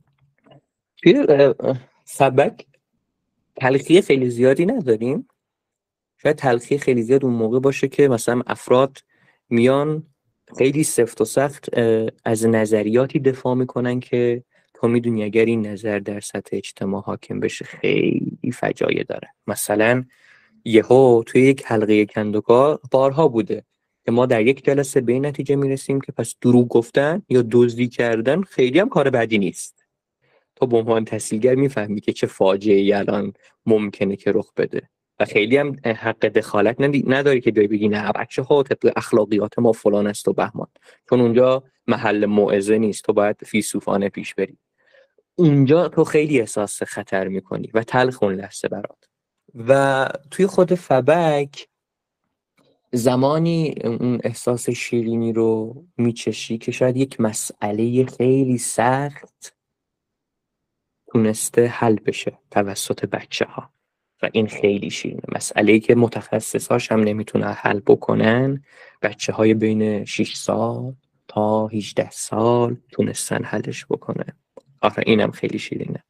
توی سبک تلخی خیلی زیادی نداریم. شاید تلخی خیلی زیاد اون موقع باشه که مثلا افراد میان خیلی سفت و سخت از نظریاتی دفاع میکنن که تو میدونی اگر این نظر در سطح اجتماع حاکم بشه خیلی فجایع داره. مثلا یهو توی یک حلقه کندوکار بارها بوده که ما در یک جلسه به این نتیجه میرسیم که پس دروغ گفتن یا دزدی کردن خیلی هم کار بدی نیست. تو به عنوان تحصیلگر میفهمی که چه فاجعه‌ای الان ممکنه که رخ بده و خیلی هم حق دخالت نداری که بگی نه بچه‌ها طبق اخلاقیات ما فلان است و بهمان، چون اونجا محل موعظه نیست، تو باید فیلسوفانه پیش بری. اونجا تو خیلی احساس خطر میکنی و تلخ اون لحظه برات. و توی خود فبک زمانی اون احساس شیرینی رو میچشی که شاید یک مسئله خیلی سخت تونسته حل بشه توسط بچه ها و این خیلی شیرینه. مسئله‌ای که متخصصاش هم نمیتونن حل بکنن، بچه های بین 6 سال تا 18 سال تونستن حلش بکنن. آخه اینم خیلی شیرینه.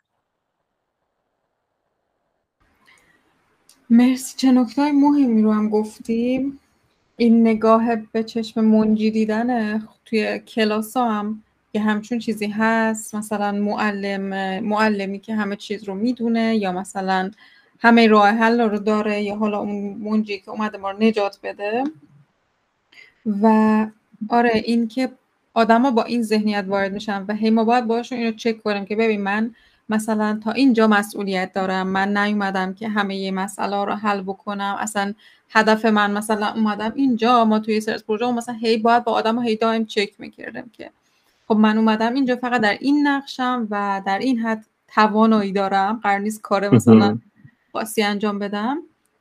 مرسی، چه نکته‌های مهمی رو هم گفتیم. این نگاه به چشم منجی دیدن توی کلاس هم که همچون چیزی هست، مثلا معلمی که همه چیز رو میدونه یا مثلا همه راه حل رو داره یا حالا اون منجی که اومده ما رو نجات بده. و آره این که آدما با این ذهنیت وارد میشن و هی ما باید باشون اینو چک کنیم که ببین من مثلا تا اینجا مسئولیت دارم، من نیومدم که همه ی مسئله رو حل بکنم، اصلا هدف من مثلا اومدم اینجا، ما توی سرچ پروژه مثلا هی باید با آدما هی دائم چک میکردم که خب من اومدم اینجا فقط در این نقشم و در این حد توانایی دارم، قرار نیست کار مثلا خاصی انجام بدم.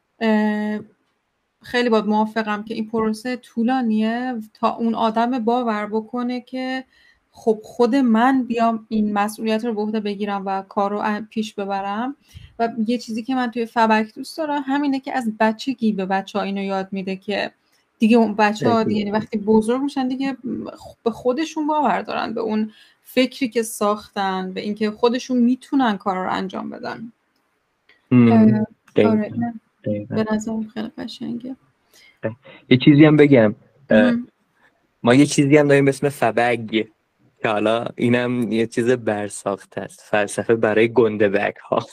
خیلی باید موافقم که این پروسه طولانیه تا اون آدم باور بکنه که خب خود من بیام این مسئولیت رو به عهده بگیرم و کار رو پیش ببرم. و یه چیزی که من توی فبک دوست دارم همینه که از بچگی به بچه‌ها اینو یاد میده که دیگه اون بچه‌ها یعنی وقتی بزرگ میشن دیگه به خودشون باور دارن، به اون فکری که ساختن، به اینکه خودشون میتونن کار رو انجام بدن. آره به نظرم خیلی قشنگه. یه چیزی هم بگم، ما یه چیزی هم داریم به اسم فبگ که حالا اینم یه چیز برساخته است، فلسفه برای گنده بگ ها.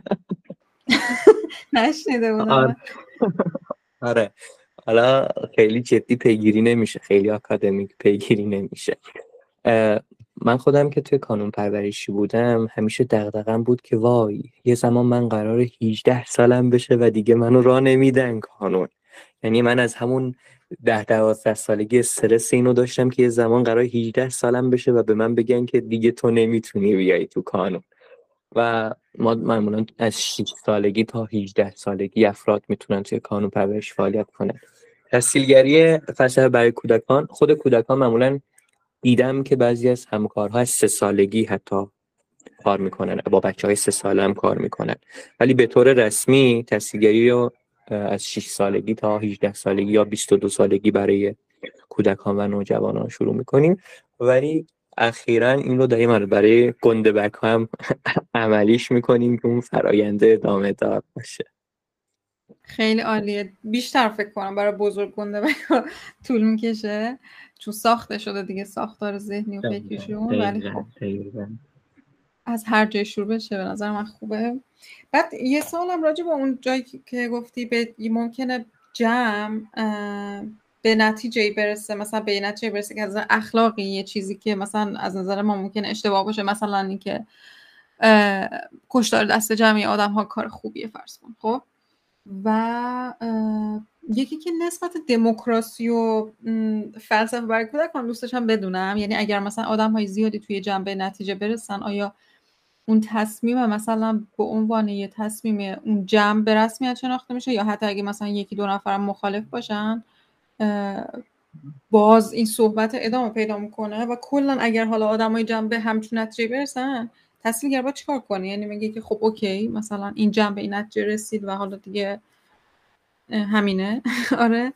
نشنیده بودم. آره حالا خیلی جدی پیگیری نمیشه، خیلی آکادمیک پیگیری نمیشه. من خودم که توی کانون پرورشی بودم همیشه دغدغه‌ام بود که وای یه زمان من قراره 18 سالم بشه و دیگه منو راه نمیدن کانون. یعنی من از همون 10-12 سالگی استرس اینو داشتم که یه زمان قراره 18 سالم بشه و به من بگن که دیگه تو نمیتونی بیای تو کانون. و ما معمولا از 6 سالگی تا 18 سالگی افراد میتونن توی کانون پرورش فعالیت کنن. تحصیلگری فلسفه برای کودکان، خود کودکان معمولا دیدم که بعضی از همکارها از 3 سالگی حتی کار میکنن، با بچهای 3 ساله هم کار میکنن، ولی به طور رسمی تحصیلگری رو از 6 سالگی تا 18 سالگی یا 22 سالگی برای کودکان و نوجوانان شروع میکنیم، ولی اخیراً این رو داریم برای گنده‌بک ها هم عملیش میکنیم که اون فراینده ادامه دار باشه. خیلی عالیه. بیشتر فکر کنم برای بزرگ گنده طول میکشه چون ساخته شده دیگه، ساختار ذهنی و فکریشون، ولی خب از هر جای شروع بشه به نظر من خوبه. بعد یه سوالم راجع به اون جایی که گفتی ممکنه جمع به نتیجه برسه، مثلا به نتیجه برسه که از نظر اخلاقی یه چیزی که مثلا از نظر ما ممکنه اشتباه باشه، مثلا اینکه کشتار دست جمعی آدم ها کار خوبیه فرض کن. خب و یکی که نسبت دموکراسی و فلسفه برای کودکان دوست داشتم بدونم، یعنی اگر مثلا آدم های زیادی توی جمع به نتیجه برسن، آیا اون تصمیم مثلا به عنوان یه تصمیم اون جمع به رسمیت شناخته میشه، یا حتی اگه مثلا 1-2 نفر مخالف باشن باز این صحبت ادامه پیدا میکنه؟ و کلا اگر حالا آدمای جمع به همچون نتیجه برسن، تحصیلگر باید چیکار کنه؟ یعنی میگه که خب اوکی مثلا این جمع به این نتیجه رسید و حالا دیگه همینه. آره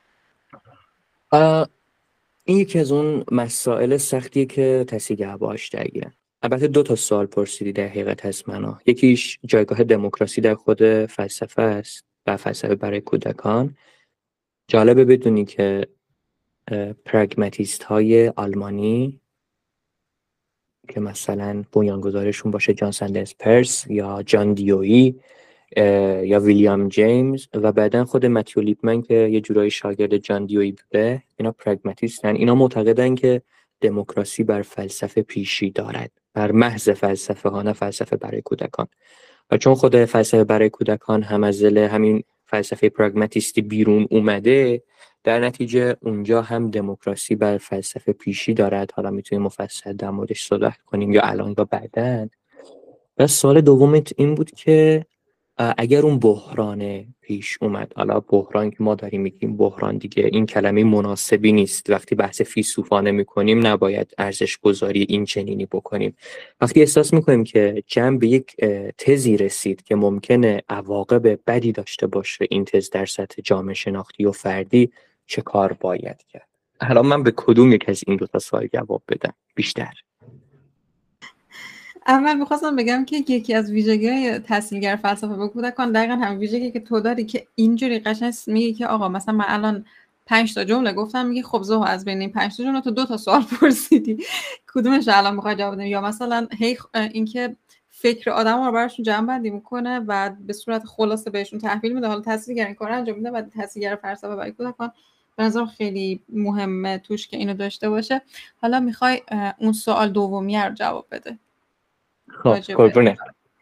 این یکی از اون مسائل سختیه که تحصیلگر باهاش درگیرن. البته 2 تا سوال پرسیدی در حقیقت از منو. یکیش جایگاه دموکراسی در خود فلسفه است و فلسفه برای کودکان. جالبه بدونی که پراگماتیست های آلمانی که مثلا بنیانگذارشون باشه جان سندرز پرس یا جان دیویی یا ویلیام جیمز و بعدن خود متیو لیپمن که یه جورایی شاگرد جان دیویی بوده، اینا پراگماتیستن. اینا معتقدن که دموکراسی بر فلسفه پیشی دارد، بر محض فلسفه ها، نه فلسفه برای کودکان. و چون خود فلسفه برای کودکان هم از همین فلسفه پراگماتیستی بیرون اومده، در نتیجه اونجا هم دموکراسی بر فلسفه پیشی دارد. حالا میتونیم مفصل در موردش صحبت کنیم یا الان یا بعداً. و سوال دومت این بود که اگر اون بحران پیش اومد، حالا بحران که ما داریم میگیم بحران دیگه این کلمه مناسبی نیست، وقتی بحث فیلسوفانه میکنیم نباید ارزش گذاری این چنینی بکنیم. وقتی احساس میکنیم که جمع به یک تزی رسید که ممکنه عواقب بدی داشته باشه این تز در سطح جامعه شناختی و فردی، چه کار باید کرد؟ حالا من به کدوم یک از این 2 تا سوال جواب بدم بیشتر؟ اول میخواستم بگم که یکی از ویژگی‌های تحصیلگر فلسفه به کودکان دقیقاً هم ویژگی که تو داری که اینجوری قشنگ میگی که آقا مثلا من الان 5 تا جمله گفتم، میگی خب زها از بین این 5 تا جمله تو 2 تا سوال پرسیدی، کدومش الان میخوای جواب بدی؟ یا مثلا اینکه فکر آدم‌ها رو براشون جمع بندی میکنه و به صورت خلاصه بهشون تحویل میده. حالا تحصیلگر این کارو انجام میده و تحصیلگر فلسفه برای کودکان به نظرم خیلی مهمه توش که اینو داشته باشه. حالا میخوای اون سوال دومی رو جواب بده؟ خب قربونه.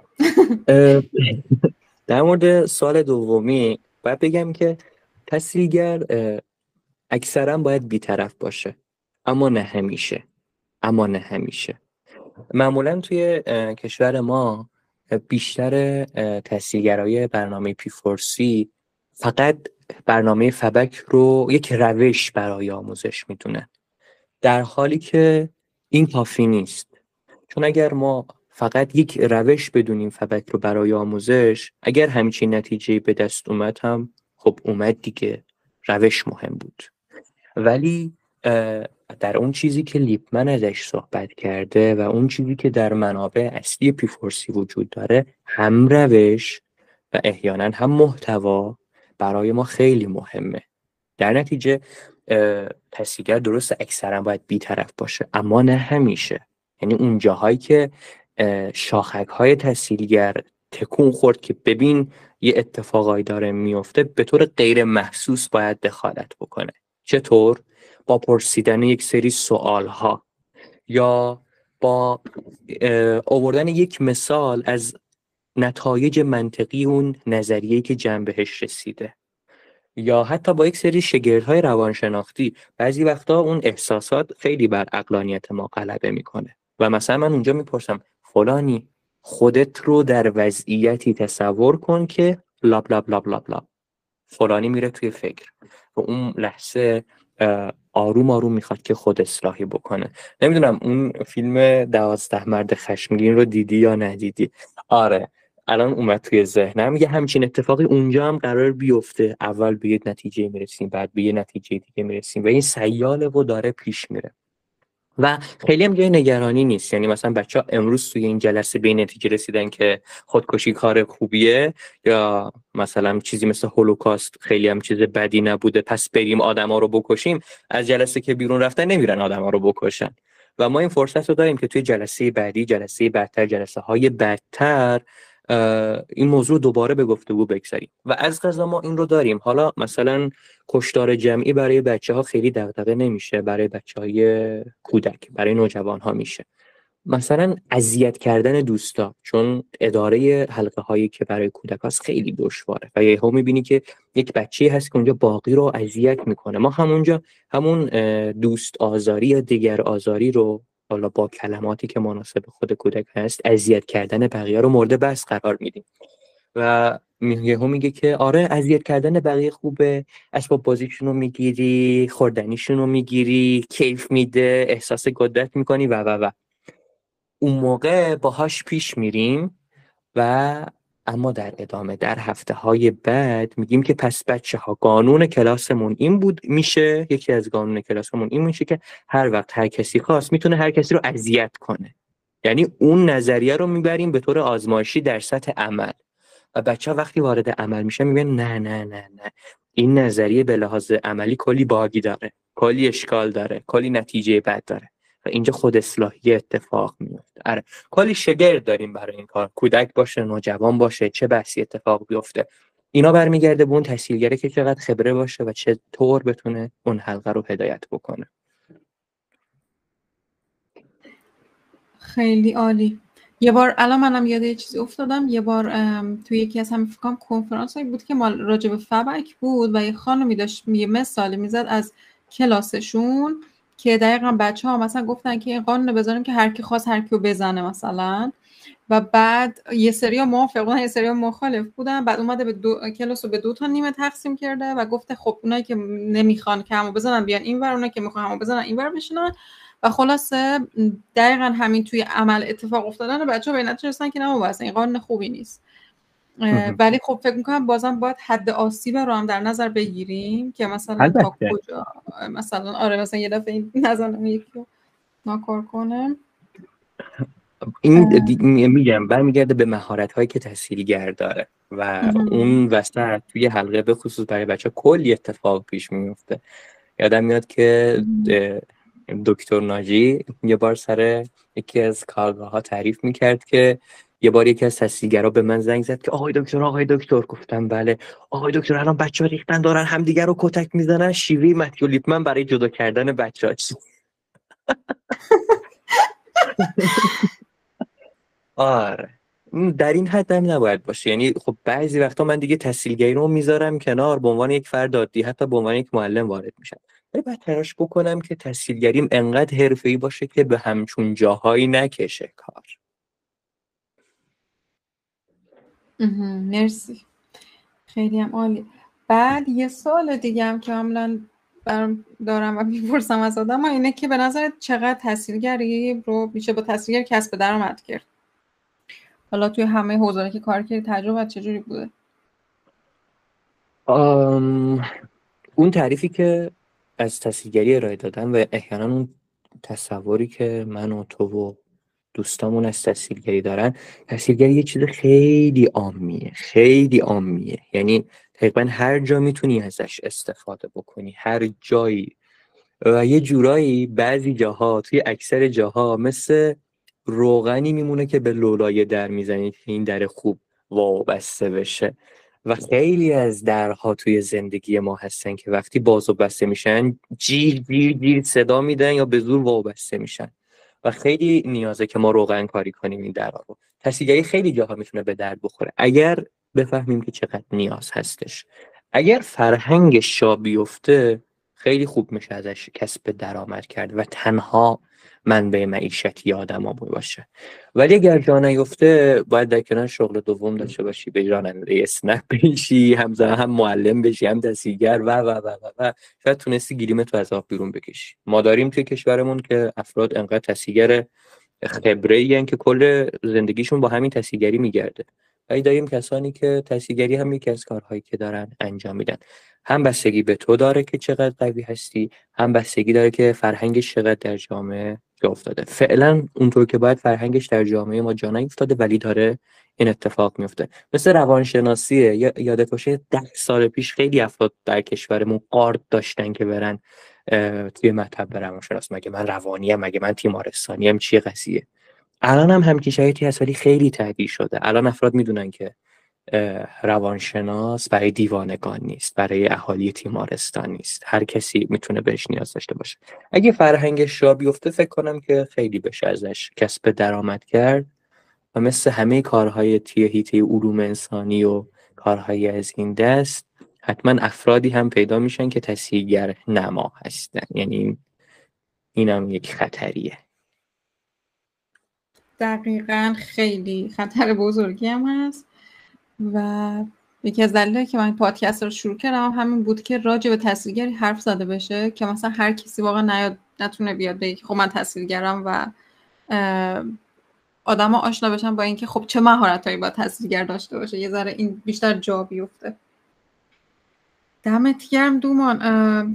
در مورد سوال دومی باید بگم که تحصیلگر اکثرا باید بی‌طرف باشه، اما نه همیشه. معمولا توی کشور ما بیشتر تحصیلگرای برنامه P4C فقط برنامه فبک رو یک روش برای آموزش میدونن، در حالی که این کافی نیست. چون اگر ما فقط یک روش بدونیم فبک رو برای آموزش، اگر همچین نتیجه‌ای به دست اومد هم خب اومد دیگه، روش مهم بود. ولی در اون چیزی که لیپمن ازش صحبت کرده و اون چیزی که در منابع اصلی P4C وجود داره، هم روش و احیانا هم محتوا برای ما خیلی مهمه. در نتیجه تحصیلگر درست اکثرا باید بی‌طرف باشه، اما نه همیشه. یعنی اون جاهایی که شاخک‌های تحصیلگر تکون خورد که ببین یه اتفاقایی داره میفته، به طور غیر محسوس باید دخالت بکنه. چطور؟ با پرسیدن یک سری سوال‌ها یا با آوردن یک مثال از نتایج منطقی اون نظریه‌ای که جمع بهش رسیده، یا حتی با یک سری شگردهای روانشناختی. بعضی وقتا اون احساسات خیلی بر عقلانیت ما غلبه میکنه و مثلا من اونجا میپرسم فلانی خودت رو در وضعیتی تصور کن که لاب لاب لاب لاب لاب، فلانی میره توی فکر و اون لحظه آروم آروم میخواد که خود اصلاحی بکنه. نمیدونم اون فیلم 12 مرد خشمگین رو دیدی یا ندیدی؟ آره، الان اومد توی ذهنم یه همچین اتفاقی اونجا هم قرار بیفته. اول به یه نتیجه میرسیم، بعد به یه نتیجه دیگه میرسیم و این سیاله و داره پیش میره و خیلی هم جای نگرانی نیست. یعنی مثلا بچه‌ها امروز توی این جلسه به این نتیجه رسیدن که خودکشی کار خوبیه یا مثلا چیزی مثل هولوکاست خیلی هم چیز بدی نبوده پس بریم آدما رو بکشیم. از جلسه که بیرون رفتن نمیرن آدما رو بکشن و ما این فرصت رو داریم که توی جلسه بعدی، جلسه بعدتر، جلسه های بعدتر این موضوع دوباره به گفتگو بگذاریم و از قضا ما این رو داریم. حالا مثلا کشتار جمعی برای بچه‌ها خیلی دغدغه نمیشه، برای بچه‌های کودک، برای نوجوان‌ها میشه. مثلا اذیت کردن دوستا، چون اداره حلقه هایی که برای کودک هست خیلی دشواره و یهو میبینی که یک بچه‌ای هست که اونجا باقی رو اذیت میکنه. ما همونجا همون دوست آزاری یا دیگر آزاری رو حالا با کلماتی که مناسب خود کودک هست اذیت کردن بقیه رو مورد بحث قرار میدیم و یهو میگه که آره اذیت کردن بقیه خوبه، اسباب بازیشون رو میگیری، خوردنیشون رو میگیری، کیف میده، احساس قدرت میکنی و اون موقع باهاش پیش میریم و اما در ادامه در هفته های بعد میگیم که پس بچه ها قانون کلاسمون این بود میشه، یکی از قانون کلاسمون این میشه که هر وقت هر کسی خواست میتونه هر کسی رو اذیت کنه. یعنی اون نظریه رو میبریم به طور آزمایشی در سطح عمل و بچه ها وقتی وارد عمل میشه میگن نه نه نه نه، این نظریه به لحاظ عملی کلی باگی داره، کلی اشکال داره، کلی نتیجه بد داره و اینجا خود اصلاحی اتفاق میفته. آره، کلی شگرد داریم برای این کار، کودک باشه، نوجوان باشه، چه بحثی اتفاق بیفته. اینا برمیگرده به اون تسهیلگره که چقدر خبره باشه و چه طور بتونه اون حلقه رو هدایت بکنه. خیلی عالی. یه بار الان منم یاد یه چیزی افتادم. یه بار توی یکی از همین فکرام کنفرانس هایی بود که مال راجع به فبک بود و یه خانمی داشت یه مثالی میزد از کلاسشون که دقیقا بچه ها مثلا گفتن که این قانون رو بذاریم که هر کی خواست هر کیو بزنه مثلا و بعد یه سری موافق بودن یه سری مخالف بودن. بعد اومده به کلاس رو به 2 تا نیمه تقسیم کرده و گفته خب اونایی که نمیخوان که همو بزنن بیان اینور، اونایی که میخوان همو بزنن اینور بشینن و خلاصه دقیقا همین توی عمل اتفاق افتادن و بچه‌ها به نتیجه رسیدن که نه واسه این قانون خوبی نیست. ولی خب فکر میکنم بازم باید حد آسیب رو هم در نظر بگیریم که مثلا تا کجا مثلا آره مثلا یه دفعه این نزنم یکی رو ناکار کنه. این میگم برمیگرده به مهارت هایی که تسهیلگر داره و اون وسط توی حلقه به خصوص برای بچه کلی اتفاق پیش میفته. یادم میاد که دکتر ناجی یه بار سر یکی از کارگاه ها تعریف میکرد که یه بار یکی از تسهیلگرها به من زنگ زد که آقای دکتر. گفتم بله. آقای دکتر الان بچه‌ها ریختن دارن همدیگه رو کتک میزنن، شیوه متیو لیپمن برای جدا کردن بچه‌ها. آره، در این حد هم نباید باشه. یعنی خب بعضی وقتا من دیگه تسهیلگری رو میذارم کنار، به عنوان یک فرد عادی، حتی به عنوان یک معلم وارد میشم، ولی باید تلاش بکنم که تسهیلگریم انقدر حرفه‌ای باشه که به همچون جاهایی نکشه کار. مرسی، خیلی هم عالی. بعد یه سوال دیگه هم که عملاً برام دارم و میپرسم از آدم اینه که به نظرت چقدر تسهیلگری رو میشه با تسهیلگر کسب درآمد کرد؟ حالا توی همه حوزه‌ای که کار کردی تجربه چجوری بوده؟ اون تعریفی که از تسهیلگری ارائه دادن و احیانا اون تصوری که من و تو و دوستامون از تسهیلگری دارن، تسهیلگری یه چیز خیلی عامیه. یعنی تقریبا هر جا میتونی ازش استفاده بکنی، هر جایی و یه جورایی بعضی جاها، توی اکثر جاها مثل روغنی میمونه که به لولای در میزنی که این در خوب وابسته بشه و خیلی از درها توی زندگی ما هستن که وقتی باز و بسته میشن جیر صدا میدن یا به زور وابسته میشن و خیلی نیازه که ما روغن کاری کنیم این درها رو. تسهیلگری خیلی جاها میتونه به درد بخوره اگر بفهمیم که چقدر نیاز هستش. اگر فرهنگش جا بیفته خیلی خوب میشه ازش کسب درآمد کرد و تنها منبع معیشتی آدما باشه. ولی اگر جا نیفته باید در کنار شغل دوم داشته باشی، به راننده اسنپ بشی، هم معلم بشی، هم تسهیلگر و شاید تونستی گلیمت رو از آب بیرون بکشی. ما داریم توی کشورمون که افراد انقدر تسهیلگر خبره‌ای هستن که کل زندگیشون با همین تسهیلگری میگرده. ولی داریم کسانی که تسهیلگری هم یکی از کارهایی که دارن انجام میدن. هم بستگی به تو داره که چقدر قوی هستی، هم بستگی داره که فرهنگش چقدر در جامعه جا افتاده. فعلا اونطور که باید فرهنگش در جامعه ما جا نیفتاده، ولی داره این اتفاق میفته. مثل روانشناسیه. یادت باشه 10 سال پیش خیلی افراد در کشورمون قارد داشتن که برن توی مطب به روانشناس، مگه من روانیم، مگه من تیمارستانیم، چیه قضیه. الان هم همچین شرایطی هست ولی خیلی تعدیل شده. الان افراد میدونن که روانشناس برای دیوانگان نیست، برای اهالی تیمارستان نیست، هر کسی میتونه بهش نیاز داشته باشه. اگه فرهنگش را بیفته فکر کنم که خیلی بشه ازش کسب درآمد کرد و مثل همه کارهای توی حیطه علوم انسانی و کارهای از این دست حتما افرادی هم پیدا میشن که تسهیلگر نما هستن. یعنی اینم یک خطریه. دقیقاً خیلی خطر بزرگی هم هست و یکی از دلایلی که من پادکست رو شروع کردم همین بود که راجع به تسهیلگری حرف زده بشه که مثلا هر کسی واقعا نتونه بیاد بگه خب من تسهیلگرم و آدما آشنا بشن با اینکه خب چه مهارتایی باید تسهیلگر داشته باشه، یه ذره این بیشتر جا بیفته. دمت گرم دومان.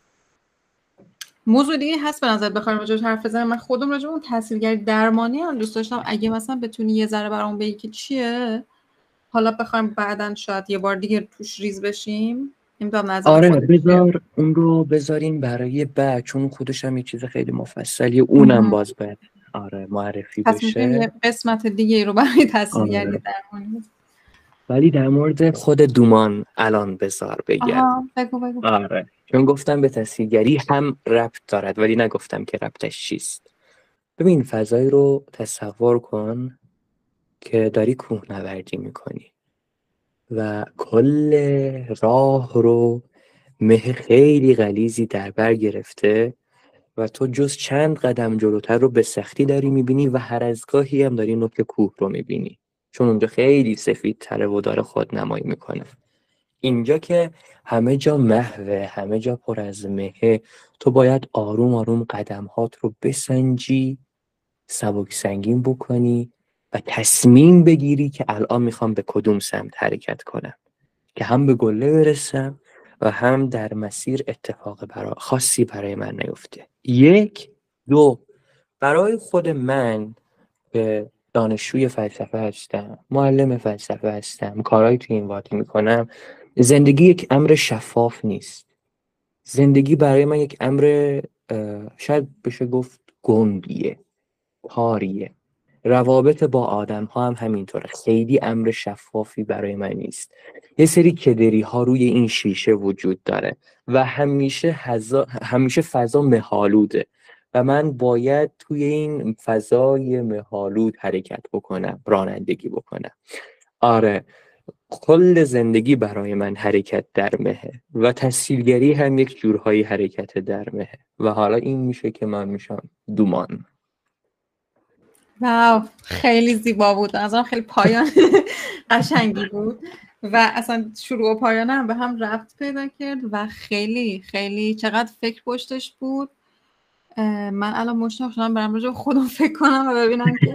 موضوع دیگه هست به نظر بخوایم راجعش حرف بزنیم؟ من خودم راجع به اون تسهیلگری درمانی هم دوست داشتم، اگه مثلا بتونی یه ذره برام بگی که چیه، حالا بخوایم بعداً شاید یه بار دیگه توش ریز بشیم. نمیدونم نظر آره خودت بذار اون رو بذارین برای بعد، چون خودش هم یه چیز خیلی مفصلیه، اونم باز باید معرفی پس میتونیم بشه. یه قسمت دیگه رو برای تسهیلگری آره درمانی. ولی در مورد خود دومان الان بذار بگم. آها بگو. آره چون گفتم به تسهیلگری هم ربط دارد ولی نگفتم که ربطش چیست. ببین فضایی رو تصور کن که داری کوهنوردی میکنی و کل راه رو مه خیلی غلیظی در بر گرفته و تو جز چند قدم جلوتر رو به سختی داری میبینی و هر از گاهی هم داری نوک کوه رو میبینی، چون اونجا خیلی سفید تره و داره خودنمایی میکنه. اینجا که همه جا محوه، همه جا پر از مهه، تو باید آروم آروم قدمهات رو بسنجی، سبک سنگین بکنی و تصمیم بگیری که الان میخوام به کدوم سمت حرکت کنم که هم به گله برسم و هم در مسیر اتفاق خاصی برای من نیفته. 1 2 برای خود من که دانشجوی فلسفه هستم، معلم فلسفه هستم، کارهایی توی این واقع میکنم، زندگی یک امر شفاف نیست. زندگی برای من یک امر شاید بشه گفت گنگیه، کاریه. روابط با آدم ها هم همینطوره، خیلی امر شفافی برای من نیست. یه سری کدری ها روی این شیشه وجود داره و همیشه فضا مه‌آلوده و من باید توی این فضای مه‌آلود حرکت بکنم، رانندگی بکنم. آره کل زندگی برای من حرکت در مهه و تسهیلگری هم یک جورهای حرکت در مهه و حالا این میشه که من میشم دومان. واو خیلی زیبا بود، نظرم خیلی پایان قشنگی بود و اصلا شروع و پایان هم به هم ربط پیدا کرد و خیلی خیلی چقدر فکر پشتش بود. من الان مشتاق شدم برم راجع به خودم فکر کنم و ببینم که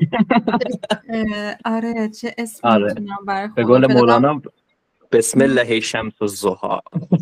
آره چه اسمی آره میتونم برای به خودم قول پیدا کنم. مولانا بسم الله شمس الضحی.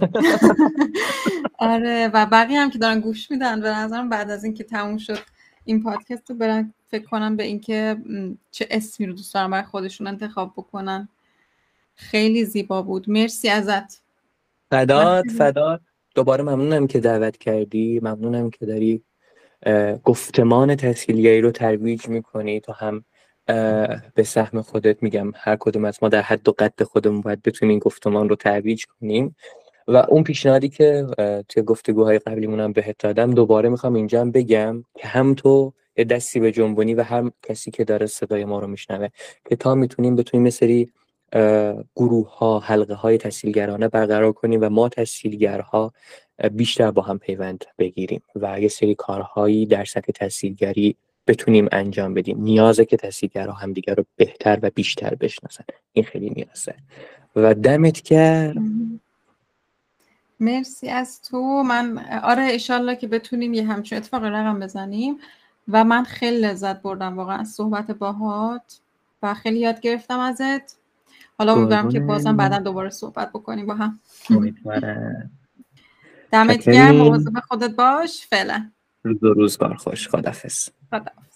آره و بقیه هم که دارن گوش میدن به نظرم بعد از اینکه تموم شد این پادکست رو برن فکر کنم به اینکه چه اسمی رو دوست دارن برای خودشون انتخاب بکنن. خیلی زیبا بود، مرسی ازت. فدات. دوباره ممنونم که دعوت کردی، ممنونم که داری گفتمان تسهیلگری رو ترویج میکنی. تو هم به سهم خودت، میگم هر کدوم از ما در حد و قد خودمون باید بتونیم گفتمان رو ترویج کنیم و اون پیشنهادی که توی گفتگوهای قبلیمون هم بهت دادم دوباره میخوام اینجا هم بگم که هم تو یه دستی به جنبونی و هم کسی که داره صدای ما رو میشنوه که تا بتونیم یه سری گروه ها، حلقه های تسهیلگرانه برقرار کنیم و ما تسهیلگرها بیشتر با هم پیوند بگیریم و یه سری کارهایی در سطح تحصیلگری بتونیم انجام بدیم. نیازه که تحصیلگرها هم دیگر رو بهتر و بیشتر بشناسن. این خیلی نیازه. و دمت گرم. مرسی از تو. من آره ایشالله که بتونیم یه همچون اتفاق رقم بزنیم و من خیلی لذت بردم واقعا از صحبت باهات و خیلی یاد گرفتم ازت. حالا امیدوارم که بازم بعدا دوباره صحبت بکنیم با هم. امیدوارم. دمت گرم. مواظب خودت باش. فعلا روزگار خوش. خداحافظ. خدا